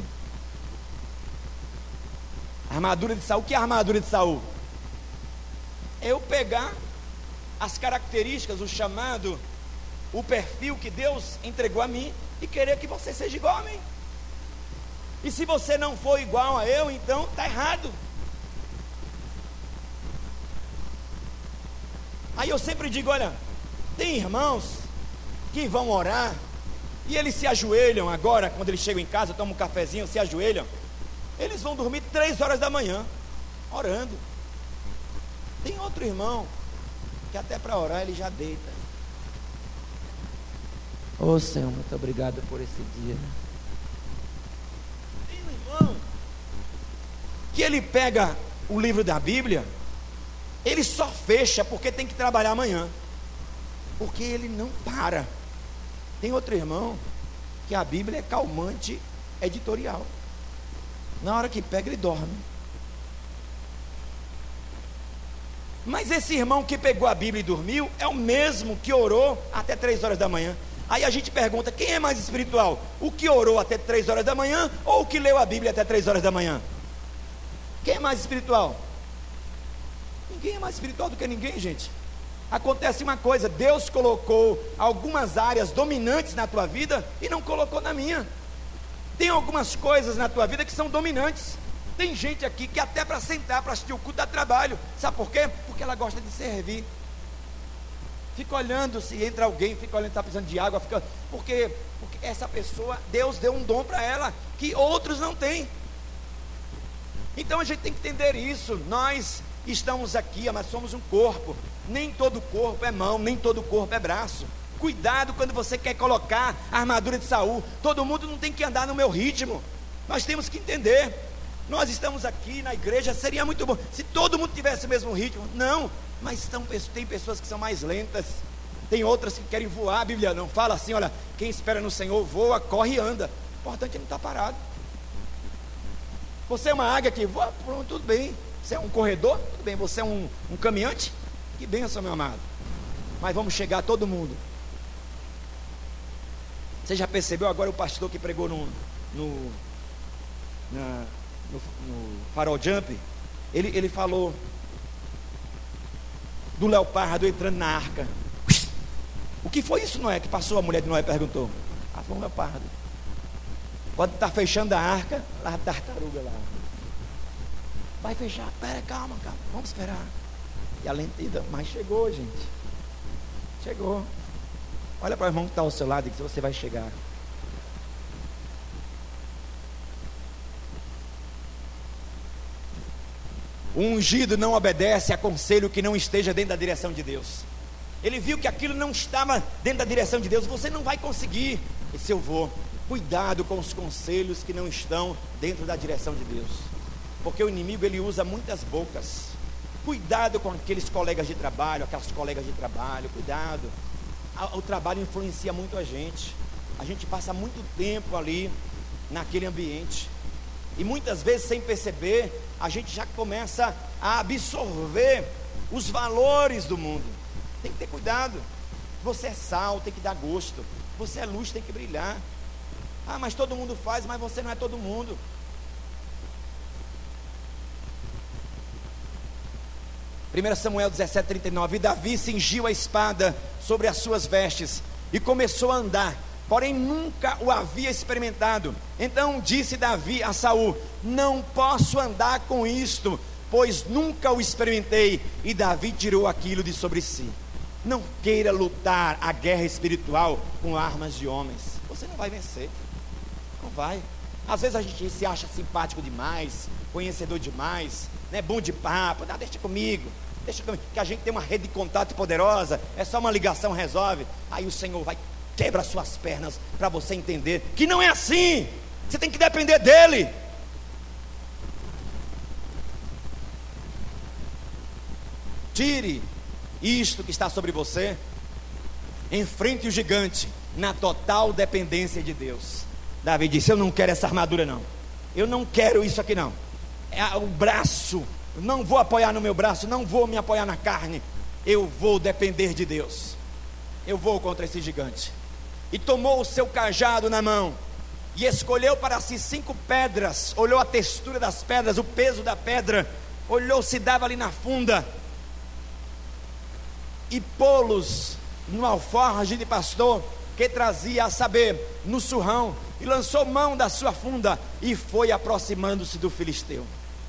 Armadura de Saul. O que é a armadura de Saul? É eu pegar as características, o chamado, o perfil que Deus entregou a mim, e querer que você seja igual a mim. E se você não for igual a eu, então está errado. Aí eu sempre digo: olha, tem irmãos que vão orar, e eles se ajoelham agora, quando eles chegam em casa, tomam um cafezinho, se ajoelham, eles vão dormir 3 horas da manhã, orando. Tem outro irmão, que até para orar ele já deita. Ô Senhor, muito obrigado por esse dia. Tem um irmão, que ele pega o livro da Bíblia, ele só fecha porque tem que trabalhar amanhã, porque ele não para. Tem outro irmão que a Bíblia é calmante editorial. Na hora que pega, ele dorme. Mas esse irmão que pegou a Bíblia e dormiu é o mesmo que orou até 3 horas da manhã. Aí a gente pergunta: quem é mais espiritual? O que orou até 3 horas da manhã, ou o que leu a Bíblia até 3 horas da manhã? Quem é mais espiritual? Ninguém é mais espiritual do que ninguém, gente. Acontece uma coisa: Deus colocou algumas áreas dominantes na tua vida e não colocou na minha. Tem algumas coisas na tua vida que são dominantes, Tem gente aqui que até para sentar, para assistir o culto dá trabalho. Sabe por quê? Porque ela gosta de servir. Fica olhando se entra alguém, fica olhando se está precisando de água, porque essa pessoa, Deus deu um dom para ela que outros não têm. Então a gente tem que entender isso. Nós estamos aqui, mas somos um corpo. Nem todo corpo é mão, nem todo corpo é braço. Cuidado quando você quer colocar a armadura de Saul. Todo mundo não tem que andar no meu ritmo. Nós temos que entender. Nós estamos aqui na igreja, seria muito bom se todo mundo tivesse o mesmo ritmo. Não, mas tem pessoas que são mais lentas. Tem outras que querem voar. A Bíblia não fala assim, olha, quem espera no Senhor voa, corre e anda. O importante é não estar parado. Você é uma águia que voa, pronto, tudo bem. Você é um corredor, tudo bem. Você é um caminhante, que bênção, meu amado. Mas vamos chegar todo mundo. Você já percebeu agora o pastor que pregou no Farol Jump? Ele falou do leopardo entrando na arca. O que foi isso, Noé? Que passou, a mulher de Noé perguntou. Ah, foi um leopardo. Quando está fechando a arca, lá a tartaruga lá. Vai fechar, pera, calma, vamos esperar. E a lentidão, mas chegou, gente. Chegou. Olha para o irmão que está ao seu lado e diz: você vai chegar. O ungido não obedece a conselho que não esteja dentro da direção de Deus. Ele viu que aquilo não estava dentro da direção de Deus. Você não vai conseguir. Esse eu vou. Cuidado com os conselhos que não estão dentro da direção de Deus, porque o inimigo ele usa muitas bocas. Cuidado com aqueles colegas de trabalho, aquelas colegas de trabalho. Cuidado. O trabalho influencia muito a gente. A gente passa muito tempo ali naquele ambiente, e muitas vezes sem perceber a gente já começa a absorver os valores do mundo. Tem que ter cuidado. Você é sal, tem que dar gosto. Você é luz, tem que brilhar. Ah, mas todo mundo faz, mas você não é todo mundo. Primeiro Samuel 17:39. E Davi cingiu a espada sobre as suas vestes e começou a andar, porém nunca o havia experimentado. Então disse Davi a Saul: não posso andar com isto, pois nunca o experimentei. E Davi tirou aquilo de sobre si. Não queira lutar a guerra espiritual com armas de homens. Você não vai vencer. Não vai. Às vezes a gente se acha simpático demais, conhecedor demais, né? Bom de papo. Não, deixa comigo, que a gente tem uma rede de contato poderosa. É só uma ligação, resolve. Aí o Senhor vai quebra suas pernas para você entender que não é assim. Você tem que depender dele. Tire isto que está sobre você. Enfrente o gigante na total dependência de Deus. Davi disse: eu não quero essa armadura não. Eu não quero isso aqui não. É o braço. Não vou apoiar no meu braço. Não vou me apoiar na carne. Eu vou depender de Deus. Eu vou contra esse gigante. E tomou o seu cajado na mão e escolheu para si 5 pedras. Olhou a textura das pedras, o peso da pedra. Olhou se dava ali na funda, e pô-los no alforje de pastor que trazia, a saber, no surrão, e lançou mão da sua funda e foi aproximando-se do filisteu.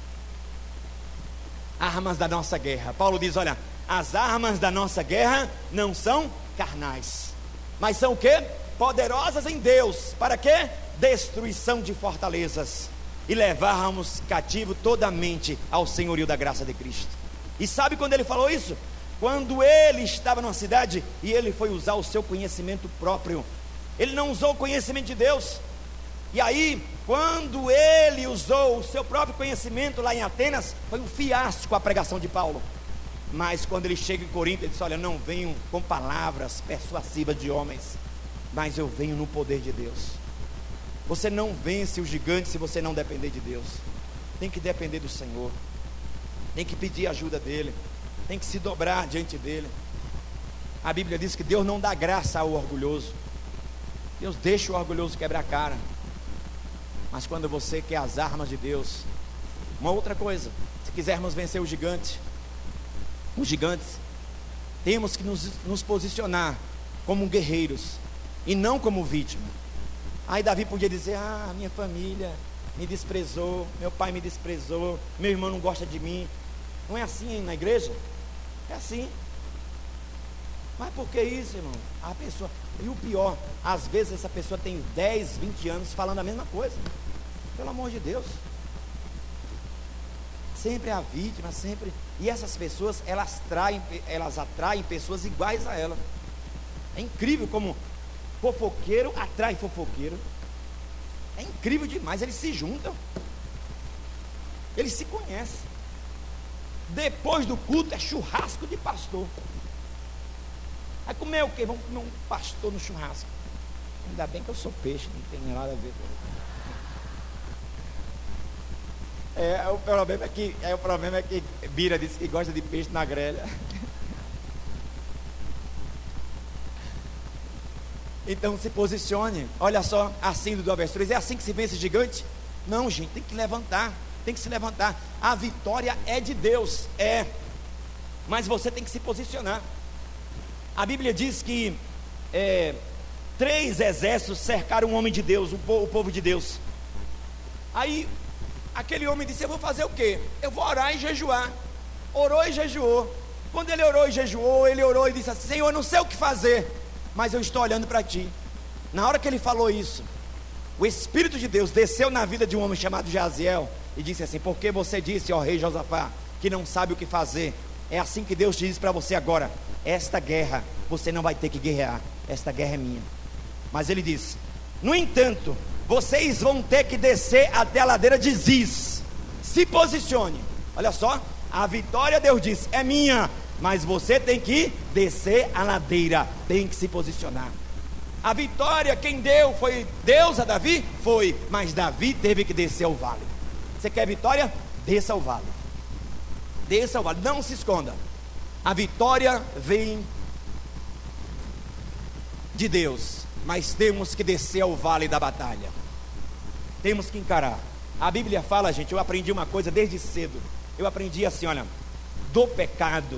Armas da nossa guerra. Paulo diz: olha, as armas da nossa guerra não são carnais, mas são o quê? Poderosas em Deus. Para quê? Destruição de fortalezas, e levarmos cativo toda a mente ao senhorio da graça de Cristo. E sabe quando ele falou isso? Quando ele estava numa cidade e ele foi usar o seu conhecimento próprio. Ele não usou o conhecimento de Deus. E aí, quando ele usou o seu próprio conhecimento lá em Atenas, foi um fiasco a pregação de Paulo. Mas quando ele chega em Corinto, ele diz: olha, não venho com palavras persuasivas de homens, mas eu venho no poder de Deus. Você não vence o gigante se você não depender de Deus. Tem que depender do Senhor. Tem que pedir ajuda dele. Tem que se dobrar diante dele. A Bíblia diz que Deus não dá graça ao orgulhoso. Deus deixa o orgulhoso quebrar a cara. Mas quando você quer as armas de Deus. Uma outra coisa: se quisermos vencer os gigantes, temos que nos posicionar como guerreiros e não como vítima. Aí Davi podia dizer: ah, minha família me desprezou, meu pai me desprezou, meu irmão não gosta de mim. Não é assim na igreja? É assim. Mas por que isso, irmão? A pessoa, e o pior, às vezes essa pessoa tem 10, 20 anos falando a mesma coisa. Pelo amor de Deus. Sempre é a vítima, sempre. E essas pessoas, elas atraem pessoas iguais a ela. É incrível como fofoqueiro atrai fofoqueiro. É incrível demais, eles se juntam. Eles se conhecem. Depois do culto é churrasco de pastor. Vai comer o quê? Vamos comer um pastor no churrasco. Ainda bem que eu sou peixe, não tem nada a ver. O problema é que Bira disse que gosta de peixe na grelha. Então se posicione. Olha só, a síndrome do avestruz. É assim que se vence gigante? Não, gente, tem que levantar. Tem que se levantar. A vitória é de Deus, mas você tem que se posicionar. A Bíblia diz que 3 exércitos cercaram um homem de Deus, o povo de Deus. Aí aquele homem disse: eu vou fazer o quê? Eu vou orar e jejuar. Orou e jejuou. Quando ele orou e jejuou, ele orou e disse assim: Senhor, eu não sei o que fazer, mas eu estou olhando para ti. Na hora que ele falou isso, o Espírito de Deus desceu na vida de um homem chamado Jaziel e disse assim: porque você disse, ó rei Josafá, que não sabe o que fazer? É assim que Deus te diz para você agora: esta guerra você não vai ter que guerrear, esta guerra é minha. Mas ele disse: no entanto, vocês vão ter que descer até a ladeira de Ziz. Se posicione. Olha só, a vitória, Deus disse, é minha, mas você tem que descer a ladeira, tem que se posicionar. A vitória quem deu foi Deus a Davi? Foi, mas Davi teve que descer o vale. Você quer vitória? Desça o vale. Desça o vale, não se esconda. A vitória vem de Deus, mas temos que descer ao vale da batalha. Temos que encarar. A Bíblia fala, gente, eu aprendi uma coisa desde cedo. Eu aprendi assim, olha, do pecado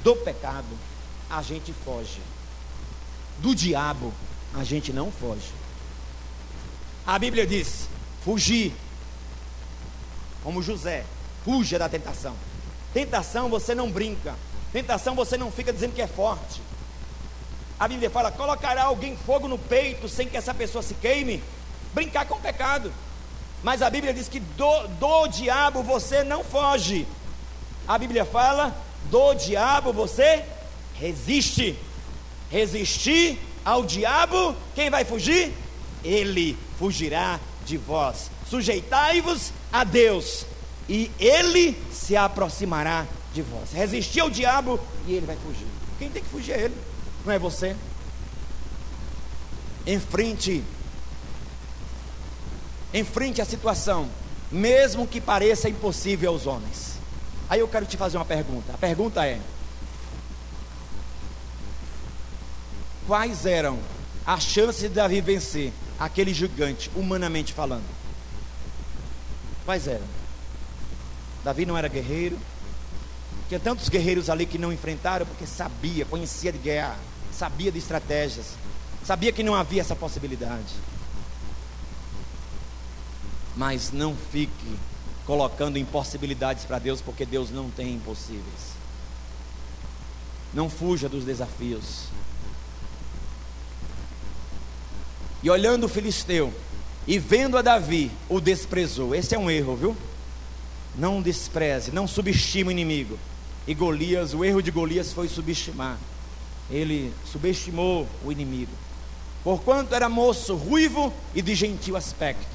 a gente foge. Do diabo a gente não foge. A Bíblia diz: fugir. Como José, fuja da tentação. Tentação você não brinca. Tentação você não fica dizendo que é forte. A Bíblia fala: colocará alguém fogo no peito sem que essa pessoa se queime. Brincar com o pecado. Mas a Bíblia diz que do diabo você não foge. A Bíblia fala: do diabo você resiste. Resistir ao diabo, quem vai fugir? Ele fugirá de vós. Sujeitai-vos a Deus e ele se aproximará de vós. Resistir ao diabo e ele vai fugir. Quem tem que fugir é ele, não é você. Enfrente a situação, mesmo que pareça impossível aos homens. Aí eu quero te fazer uma pergunta. A pergunta é: quais eram as chances de Davi vencer aquele gigante, humanamente falando? Quais eram? Davi não era guerreiro. Tinha tantos guerreiros ali que não enfrentaram porque sabia, conhecia de guerra, sabia de estratégias, sabia que não havia essa possibilidade. Mas não fique colocando impossibilidades para Deus, porque Deus não tem impossíveis. Não fuja dos desafios. E olhando o filisteu e vendo a Davi, o desprezou. Esse é um erro, viu? Não despreze, não subestime o inimigo. E Golias, o erro de Golias foi subestimar. Ele subestimou o inimigo, porquanto era moço, ruivo e de gentil aspecto.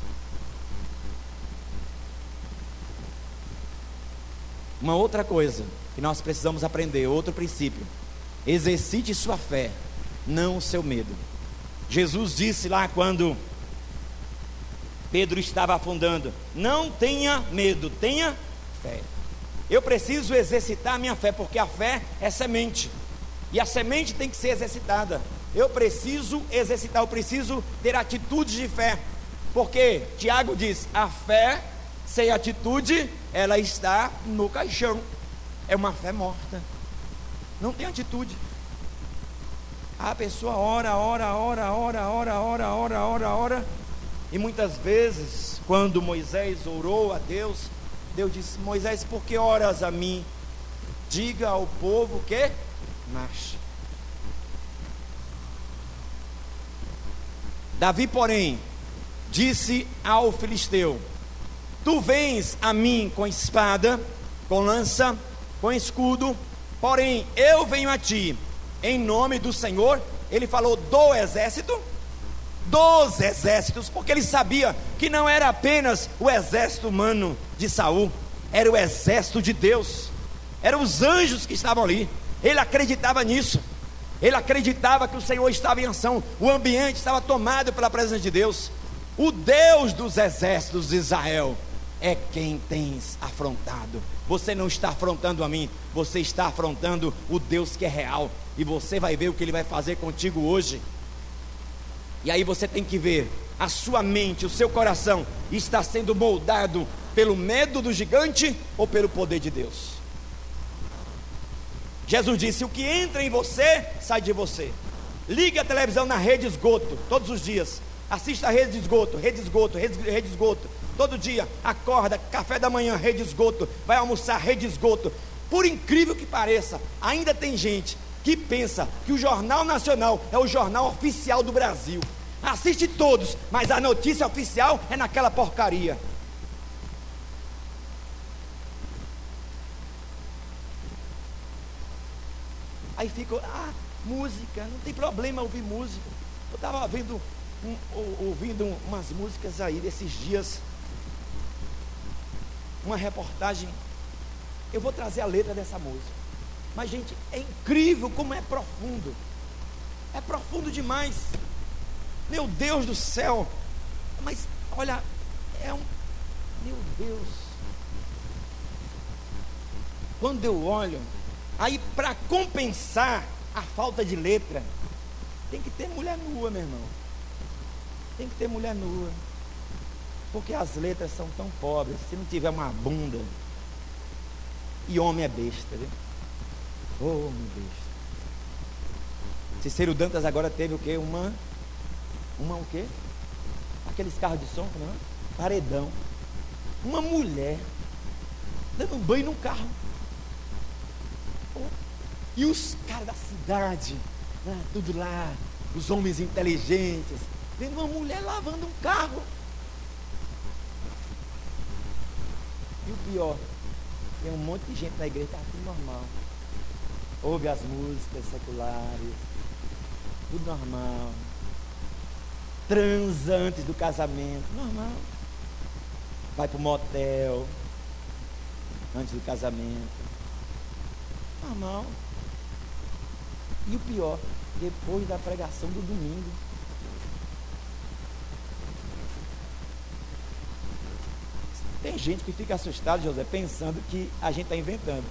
Uma outra coisa que nós precisamos aprender, outro princípio: exercite sua fé, não o seu medo. Jesus disse lá quando Pedro estava afundando: não tenha medo, tenha fé. Eu preciso exercitar a minha fé, porque a fé é semente, e a semente tem que ser exercitada. Eu preciso exercitar, eu preciso ter atitudes de fé, porque Tiago diz: a fé sem atitude, ela está no caixão. É uma fé morta, não tem atitude. A pessoa ora, E muitas vezes, quando Moisés orou a Deus, Deus disse: Moisés, por que oras a mim? Diga ao povo que marche. Davi, porém, disse ao filisteu: tu vens a mim com espada, com lança, com escudo, porém eu venho a ti em nome do Senhor. Ele falou do exército, dos exércitos, porque ele sabia que não era apenas o exército humano de Saul, era o exército de Deus, eram os anjos que estavam ali. Ele acreditava nisso, ele acreditava que o Senhor estava em ação, o ambiente estava tomado pela presença de Deus. O Deus dos exércitos de Israel é quem tens afrontado. Você não está afrontando a mim, você está afrontando o Deus que é real, e você vai ver o que Ele vai fazer contigo hoje. E aí você tem que ver, a sua mente, o seu coração está sendo moldado pelo medo do gigante ou pelo poder de Deus? Jesus disse: o que entra em você, sai de você. Ligue a televisão na rede esgoto, todos os dias. Assista a rede esgoto, rede esgoto, rede esgoto. Todo dia, acorda, café da manhã, rede esgoto. Vai almoçar, rede esgoto. Por incrível que pareça, ainda tem gente que pensa que o Jornal Nacional é o jornal oficial do Brasil. Assiste todos, mas a notícia oficial é naquela porcaria. Aí fica, música, não tem problema ouvir música. Eu estava ouvindo umas músicas aí desses dias, uma reportagem. Eu vou trazer a letra dessa música, mas gente, é incrível como é profundo demais, meu Deus do céu. Mas olha, meu Deus, quando eu olho, aí para compensar a falta de letra, tem que ter mulher nua, meu irmão, tem que ter mulher nua, porque as letras são tão pobres. Se não tiver uma bunda, e homem é besta, viu? Homem besta. Cicero Dantas agora teve o quê? Uma o quê? Aqueles carros de som, não é? Paredão. Uma mulher dando banho num carro. E os caras da cidade, tudo lá, os homens inteligentes, vendo uma mulher lavando um carro. E o pior, tem um monte de gente na igreja, está tudo normal. Ouve as músicas seculares, tudo normal. Transa antes do casamento, normal. Vai para o motel antes do casamento, normal. E o pior, depois da pregação do domingo, tem gente que fica assustado, José, pensando que a gente está inventando.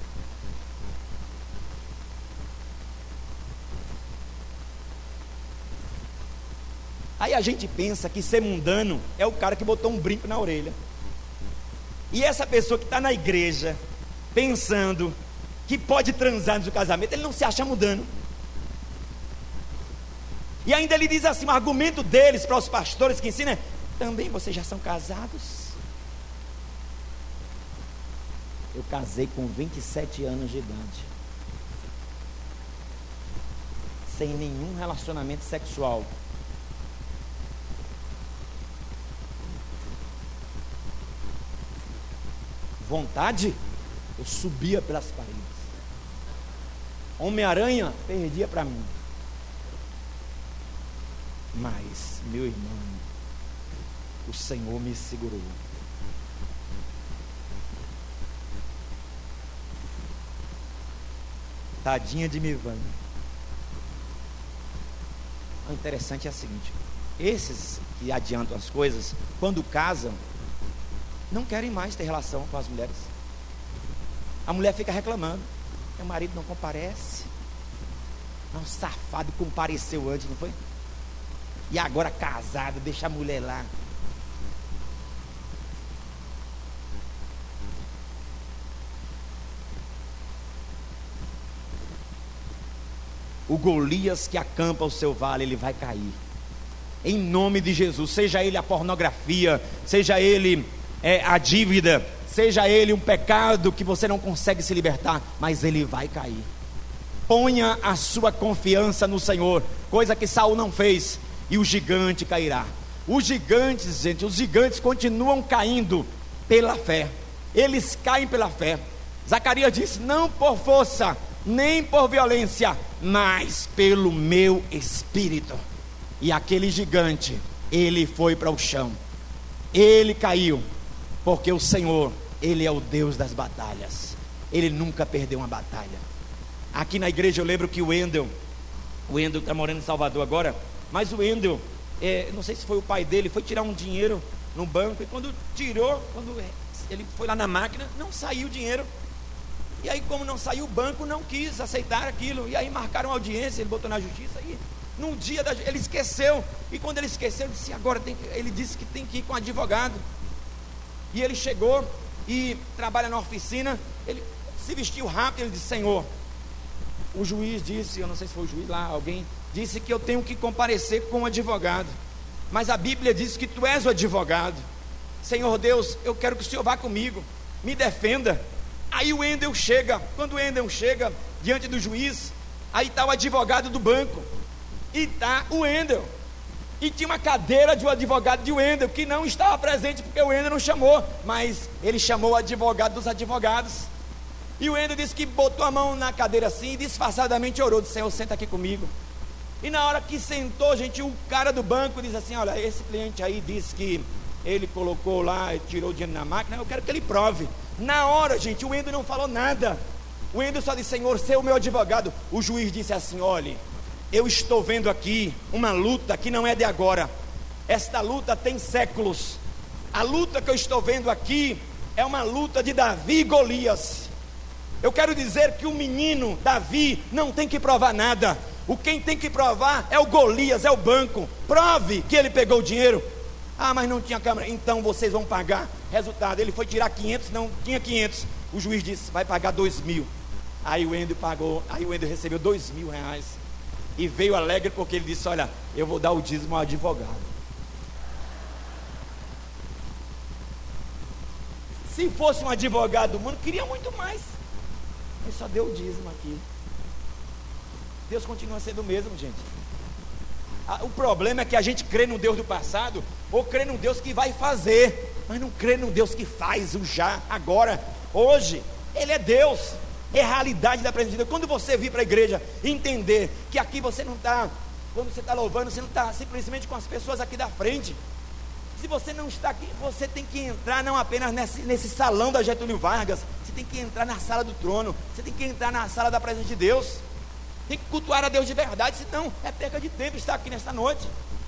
Aí a gente pensa que ser mundano é o cara que botou um brinco na orelha. E essa pessoa que está na igreja pensando que pode transar antes do casamento, ele não se acha mundano. E ainda ele diz assim, o argumento deles para os pastores que ensinam é: também vocês já são casados? Eu casei com 27 anos de idade, sem nenhum relacionamento sexual. Vontade, eu subia pelas paredes. Homem-Aranha, perdia para mim. Mas, meu irmão, o Senhor me segurou. Tadinha de Mivane. O interessante é o seguinte: esses que adiantam as coisas, quando casam, não querem mais ter relação com as mulheres. A mulher fica reclamando: meu marido não comparece. Não, safado, compareceu antes, não foi? E agora casado, deixa a mulher lá. O Golias que acampa o seu vale, ele vai cair. em nome de Jesus. Seja ele a pornografia, seja ele a dívida, seja ele um pecado que você não consegue se libertar, mas ele vai cair. Ponha a sua confiança no Senhor, coisa que Saul não fez, e o gigante cairá. Os gigantes, gente, os gigantes continuam caindo pela fé. Eles caem pela fé. Zacarias disse: não por força, nem por violência, mas pelo meu espírito. E aquele gigante, ele foi para o chão. Ele caiu, porque o Senhor, ele é o Deus das batalhas. Ele nunca perdeu uma batalha. Aqui na igreja eu lembro que o Wendel está morando em Salvador agora, mas o Wendel, não sei se foi o pai dele, foi tirar um dinheiro no banco, e quando ele foi lá na máquina, não saiu o dinheiro. E aí, como não saiu, o banco não quis aceitar aquilo, e aí marcaram audiência, ele botou na justiça, e num dia ele esqueceu, e quando ele esqueceu, ele disse: agora ele disse que tem que ir com advogado. E ele chegou e trabalha na oficina, ele se vestiu rápido, ele disse: Senhor, o juiz disse, eu não sei se foi o juiz lá, alguém disse que eu tenho que comparecer com um advogado, mas a Bíblia diz que tu és o advogado. Senhor Deus, eu quero que o Senhor vá comigo, me defenda. Aí o Wendel chega, quando o Wendel chega diante do juiz, aí está o advogado do banco, e está o Wendel, e tinha uma cadeira de um advogado de Wendel, que não estava presente, porque o Wendel não chamou, mas ele chamou o advogado dos advogados. E o Wendel disse que botou a mão na cadeira assim, e disfarçadamente orou, disse: Senhor, senta aqui comigo. E na hora que sentou, gente, o cara do banco diz assim: olha, esse cliente aí disse que ele colocou lá, tirou o dinheiro na máquina, eu quero que ele prove. Na hora, gente, o Wendel não falou nada. O Wendel só disse: Senhor, você é o meu advogado. O juiz disse assim: olhe, eu estou vendo aqui uma luta que não é de agora. Esta luta tem séculos. A luta que eu estou vendo aqui é uma luta de Davi e Golias. Eu quero dizer que o menino Davi não tem que provar nada. Quem tem que provar é o Golias, é o banco. Prove que ele pegou o dinheiro. Ah, mas não tinha câmera. Então vocês vão pagar. Resultado, ele foi tirar 500, não tinha 500. O juiz disse: vai pagar 2.000. Aí o Wendel pagou, aí o Wendel recebeu 2.000 reais. E veio alegre porque ele disse: olha, eu vou dar o dízimo ao advogado. Se fosse um advogado humano, queria muito mais. Ele só deu o dízimo aqui. Deus continua sendo o mesmo, gente. O problema é que a gente crê no Deus do passado, ou crê no Deus que vai fazer, mas não crê no Deus que faz o já, agora, hoje. Ele é Deus, é a realidade da presença de Deus. Quando você vir para a igreja e entender que aqui você não está, quando você está louvando, você não está simplesmente com as pessoas aqui da frente. Se você não está aqui, você tem que entrar não apenas nesse salão da Getúlio Vargas, você tem que entrar na sala do trono, você tem que entrar na sala da presença de Deus. Tem que cultuar a Deus de verdade, senão é perca de tempo estar aqui nesta noite.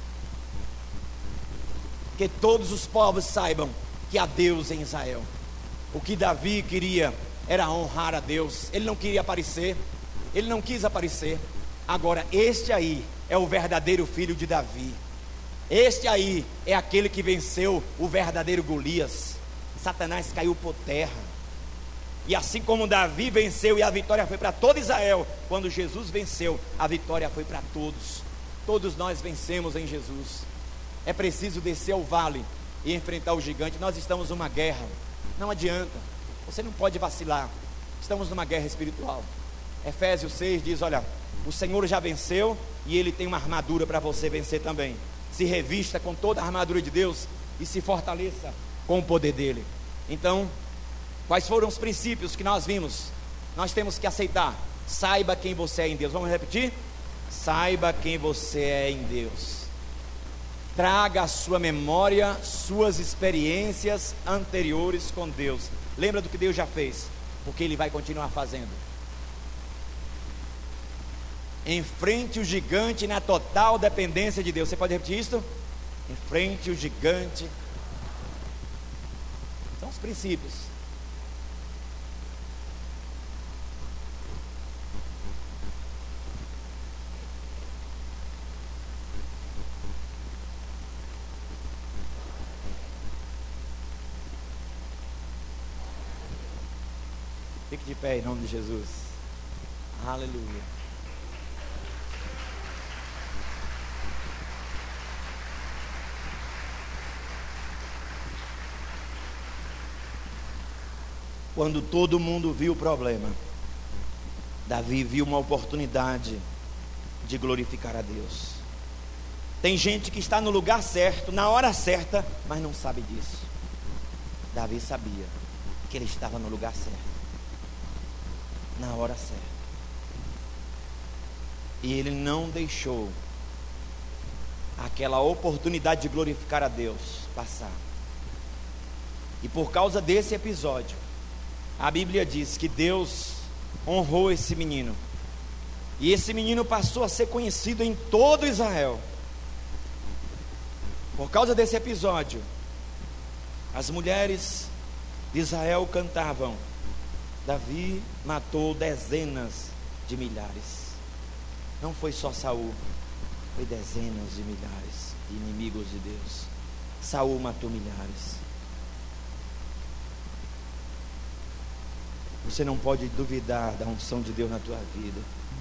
Que todos os povos saibam que há Deus em Israel. O que Davi queria era honrar a Deus. Ele não queria aparecer, ele não quis aparecer. Agora este aí é o verdadeiro filho de Davi. Este aí é aquele que venceu o verdadeiro Golias. Satanás caiu por terra. E assim como Davi venceu e a vitória foi para todo Israel, quando Jesus venceu, a vitória foi para todos. Todos nós vencemos em Jesus. É preciso descer ao vale e enfrentar o gigante. Nós estamos numa guerra, não adianta, você não pode vacilar. Estamos numa guerra espiritual. Efésios 6 diz: olha, o Senhor já venceu e Ele tem uma armadura para você vencer também. Se revista com toda a armadura de Deus e se fortaleça com o poder dEle. Então, quais foram os princípios que nós vimos? Nós temos que aceitar: saiba quem você é em Deus. Vamos repetir? Saiba quem você é em Deus. Traga à sua memória suas experiências anteriores com Deus. Lembra do que Deus já fez, porque Ele vai continuar fazendo. Enfrente o gigante na total dependência de Deus. Você pode repetir isso? Enfrente o gigante. São os princípios. Fique de pé em nome de Jesus. Aleluia. Quando todo mundo viu o problema, Davi viu uma oportunidade de glorificar a Deus. Tem gente que está no lugar certo, na hora certa, mas não sabe disso. Davi sabia que ele estava no lugar certo, na hora certa. E ele não deixou aquela oportunidade de glorificar a Deus passar. E por causa desse episódio, a Bíblia diz que Deus honrou esse menino. E esse menino passou a ser conhecido em todo Israel. Por causa desse episódio, as mulheres de Israel cantavam: Davi matou dezenas de milhares. Não foi só Saul, foi dezenas de milhares de inimigos de Deus. Saul matou milhares. Você não pode duvidar da unção de Deus na tua vida.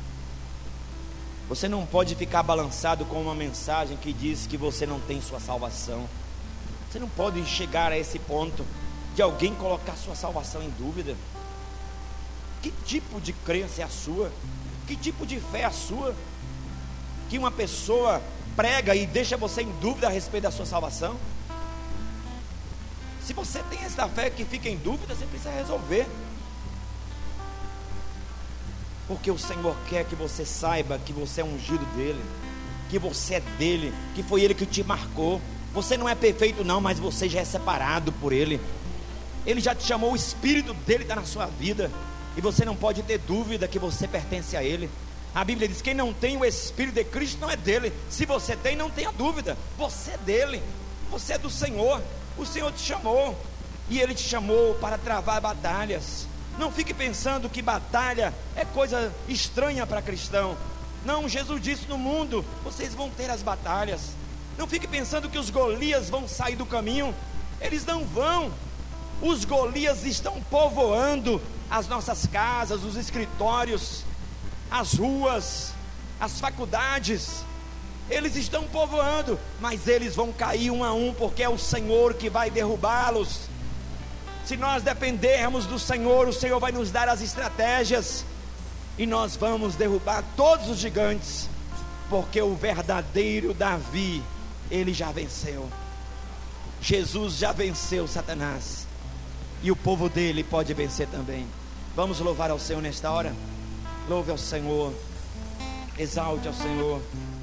Você não pode ficar balançado com uma mensagem que diz que você não tem sua salvação. Você não pode chegar a esse ponto de alguém colocar sua salvação em dúvida. Que tipo de crença é a sua? Que tipo de fé é a sua? Que uma pessoa prega e deixa você em dúvida a respeito da sua salvação? Se você tem essa fé que fica em dúvida, você precisa resolver. Porque o Senhor quer que você saiba que você é ungido dele, que você é dele, que foi ele que te marcou. Você não é perfeito não, mas você já é separado por ele. Ele já te chamou, o Espírito dele está na sua vida. E você não pode ter dúvida que você pertence a ele. A Bíblia diz: quem não tem o Espírito de Cristo não é dele. Se você tem, não tenha dúvida, você é dele, você é do Senhor. O Senhor te chamou, e ele te chamou para travar batalhas. Não fique pensando que batalha é coisa estranha para cristão. Não, Jesus disse: no mundo vocês vão ter as batalhas. Não fique pensando que os Golias vão sair do caminho. Eles não vão. Os Golias estão povoando as nossas casas, os escritórios, as ruas, as faculdades. Eles estão povoando, mas eles vão cair um a um, porque é o Senhor que vai derrubá-los. Se nós dependermos do Senhor, o Senhor vai nos dar as estratégias, e nós vamos derrubar todos os gigantes, porque o verdadeiro Davi, ele já venceu. Jesus já venceu Satanás, e o povo dele pode vencer também. Vamos louvar ao Senhor nesta hora. Louve ao Senhor, exalte ao Senhor.